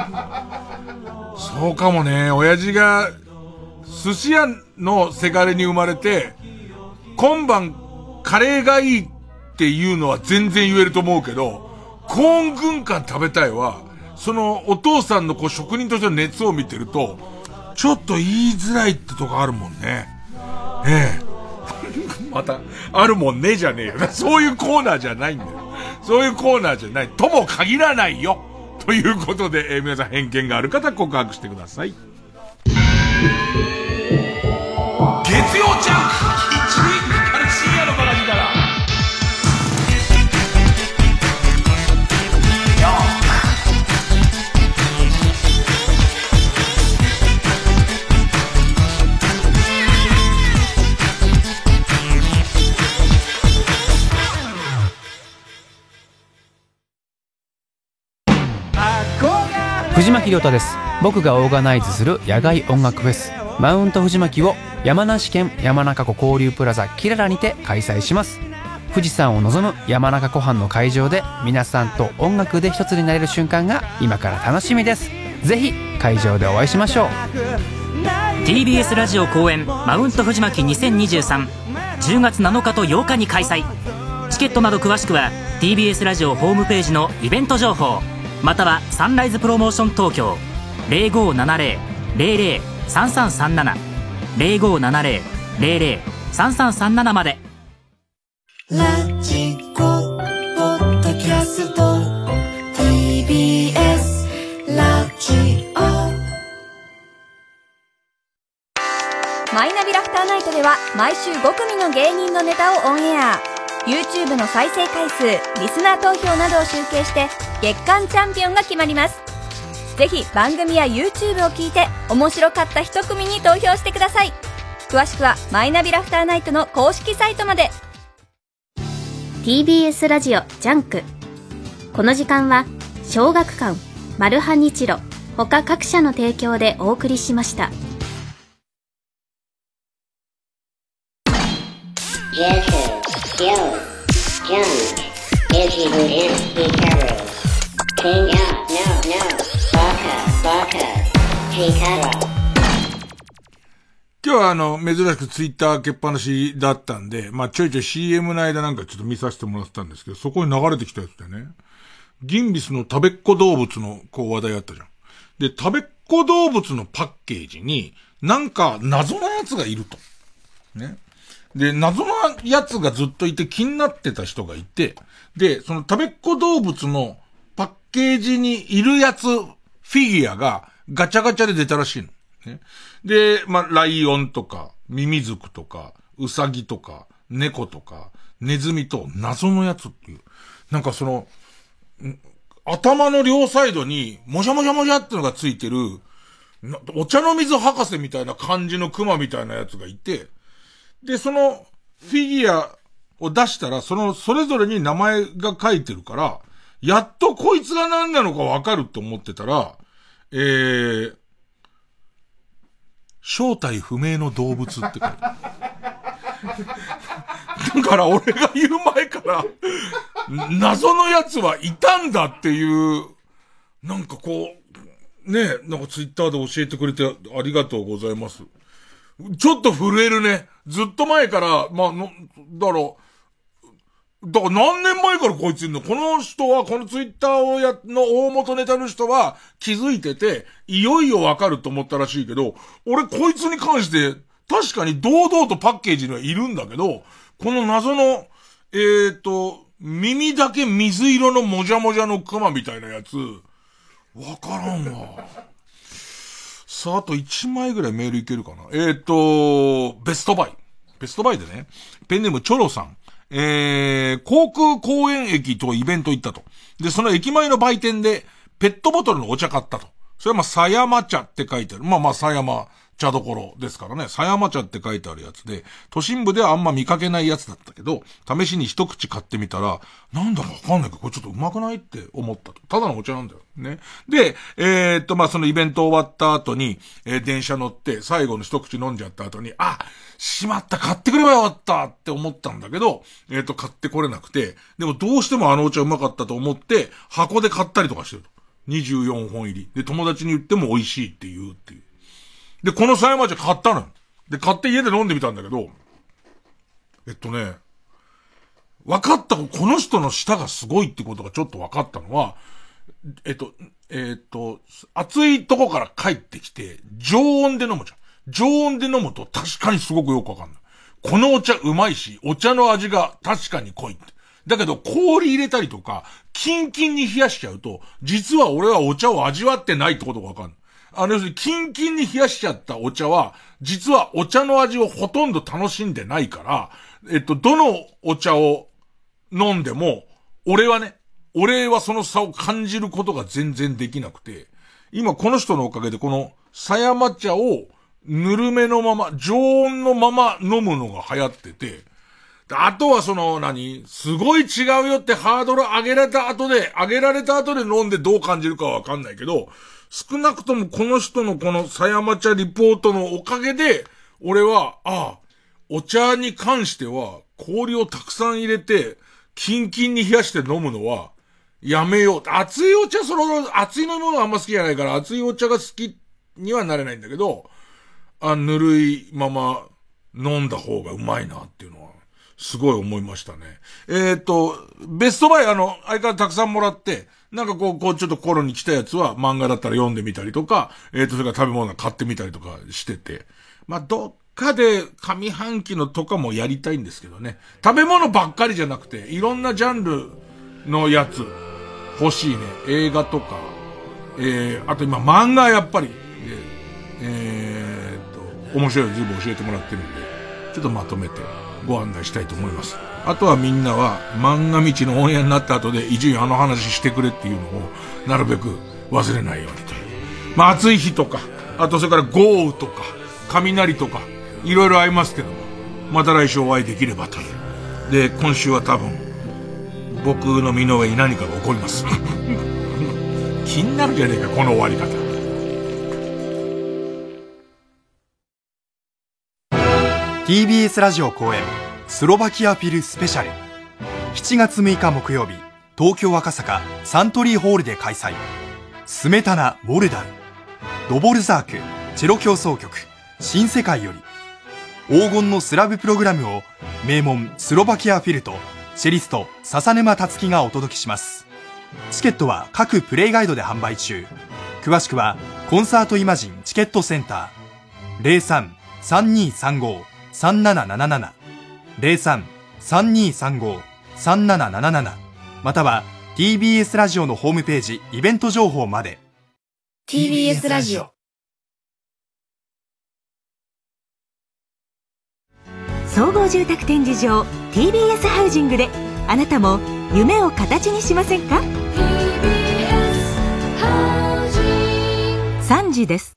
Speaker 1: そうかもね、親父が、寿司屋のせがれに生まれて、今晩カレーがいいっていうのは全然言えると思うけど、コーン軍艦食べたいは、そのお父さんのこう職人としての熱を見てると、ちょっと言いづらいってとこあるもんね。ええ。また、あるもんねじゃねえよ。そういうコーナーじゃないんだよ。そういうコーナーじゃない。とも限らないよ。ということで、えー、皆さん偏見がある方告白してください。月曜ジャンク一塁から深夜のバカ力から
Speaker 15: 藤巻亮太です。僕がオーガナイズする野外音楽フェスマウント藤巻を山梨県山中湖交流プラザキララにて開催します。富士山を望む山中湖畔の会場で皆さんと音楽で一つになれる瞬間が今から楽しみです。ぜひ会場でお会いしましょう。
Speaker 16: ティービーエス ラジオ公演マウント藤巻にせんにじゅうさん じゅうがつなのかとようかに開催。チケットなど詳しくは ティービーエス ラジオホームページのイベント情報またはサンライズプロモーション東京 ゼロごーななゼロ ゼロゼロ さんさんさんなな ゼロごーななゼロ ゼロゼロ さんさんさんななまで。
Speaker 8: ラジコポッドキャスト ティービーエス ラジオ
Speaker 17: マイナビラフターナイトでは毎週ごくみの芸人のネタをオンエア。 YouTube の再生回数、リスナー投票などを集計して月間チャンピオンが決まります。ぜひ番組や YouTube を聞いて面白かった一組に投票してください。詳しくはマイナビラフターナイトの公式サイトまで。
Speaker 3: ティービーエス ラジオジャンク。この時間は小学館、マルハニチロ他各社の提供でお送りしました。
Speaker 1: 今日はあの、珍しくツイッター開けっぱなしだったんで、まあちょいちょい シーエム の間なんかちょっと見させてもらってたんですけど、そこに流れてきたやつでね、ギンビスの食べっ子動物のこう話題あったじゃん。で、食べっ子動物のパッケージに、なんか謎なやつがいると。ね。で、謎なやつがずっといて気になってた人がいて、で、その食べっ子動物のパッケージにいるやつ、フィギュアがガチャガチャで出たらしいの。 ね。で、まあ、ライオンとか、ミミズクとか、ウサギとか、猫とか、ネズミと謎のやつっていう。なんかその、頭の両サイドに、もじゃもじゃもじゃってのがついてる、お茶の水博士みたいな感じのクマみたいなやつがいて、で、その、フィギュアを出したら、その、それぞれに名前が書いてるから、やっとこいつが何なのかわかるって思ってたら、えー、正体不明の動物って書いてある。だから俺が言う前から、謎のやつはいたんだっていう、なんかこう、ねえ、なんかツイッターで教えてくれてありがとうございます。ちょっと震えるね。ずっと前から、まあ、の、だろう、だから何年前からこいついるの？この人は、このツイッターをや、の大元ネタの人は気づいてて、いよいよわかると思ったらしいけど、俺こいつに関して、確かに堂々とパッケージにはいるんだけど、この謎の、えーと、耳だけ水色のもじゃもじゃのクマみたいなやつ、わからんわ。さあ、あといちまいぐらいメールいけるかな。えーと、ベストバイ。ベストバイでね、ペンネームチョロさん。えー、航空公園駅とイベント行ったと。で、その駅前の売店で、ペットボトルのお茶買ったと。それはまあ、狭山茶って書いてある。まあまあ、狭山茶どころですからね。狭山茶って書いてあるやつで、都心部ではあんま見かけないやつだったけど、試しに一口買ってみたら、なんだろうわかんないけど、これちょっとうまくないって思ったと。ただのお茶なんだよ。ね。で、えー、っと、まあ、そのイベント終わった後に、えー、電車乗って、最後の一口飲んじゃった後に、あ、しまった、買ってくればよかったって思ったんだけど、えー、っと、買ってこれなくて、でもどうしてもあのお茶うまかったと思って、箱で買ったりとかしてると。にじゅうよんほん入り。で、友達に言っても美味しいって言うっていう。で、この狭山茶買ったのよ。で、買って家で飲んでみたんだけど、えっとね、分かった、この人の舌がすごいってことがちょっと分かったのは、えっと、えっと、暑いとこから帰ってきて、常温で飲むじゃん。常温で飲むと確かにすごくよくわかんない。このお茶うまいし、お茶の味が確かに濃いって。だけど氷入れたりとか、キンキンに冷やしちゃうと、実は俺はお茶を味わってないってことがわかんない。あの、要するにキンキンに冷やしちゃったお茶は、実はお茶の味をほとんど楽しんでないから、えっと、どのお茶を飲んでも、俺はね、俺はその差を感じることが全然できなくて、今この人のおかげでこの狭山茶をぬるめのまま、常温のまま飲むのが流行ってて、あとはその何、すごい違うよってハードル上げられた後で、上げられた後で飲んでどう感じるかはわかんないけど、少なくともこの人のこの狭山茶リポートのおかげで、俺は、ああ、お茶に関しては氷をたくさん入れて、キンキンに冷やして飲むのは、やめよう。熱いお茶、その、熱い飲み物あんま好きじゃないから、熱いお茶が好きにはなれないんだけど、あ、ぬるいまま飲んだ方がうまいなっていうのは、すごい思いましたね。えっと、ベストバイあの、相変わらずたくさんもらって、なんかこう、こうちょっと心に来たやつは漫画だったら読んでみたりとか、えっと、それから食べ物買ってみたりとかしてて、まあ、どっかで上半期のとかもやりたいんですけどね。食べ物ばっかりじゃなくて、いろんなジャンルのやつ、欲しいね。映画とか、えー、あと今漫画やっぱり、えー、っと、面白いの随分教えてもらってるんで、ちょっとまとめてご案内したいと思います。あとはみんなは漫画道のオンエアになった後で伊集院あの話してくれっていうのをなるべく忘れないようにという。まあ暑い日とか、あとそれから豪雨とか、雷とか、いろいろありますけども、また来週お会いできればという。で、今週は多分、僕の身の上に何かが起こります。気になるじゃねえか、この終わり方。
Speaker 18: ティービーエス ラジオ公演スロバキアフィルスペシャルしちがつむいか木曜日東京赤坂サントリーホールで開催。スメタナ・モルダルドボルザークチェロ協奏曲新世界より黄金のスラブプログラムを名門スロバキアフィルとチェリスト笹沼達樹がお届けします。チケットは各プレイガイドで販売中。詳しくはコンサートイマジンチケットセンター ゼロさん さんにーさんご さんななななな ゼロさん さんにーさんご さんななななな または ティービーエス ラジオのホームページイベント情報まで。
Speaker 17: ティービーエス ラジオ
Speaker 19: 総合住宅展示場 ティービーエス ハウジングであなたも夢を形にしませんか？さんじです。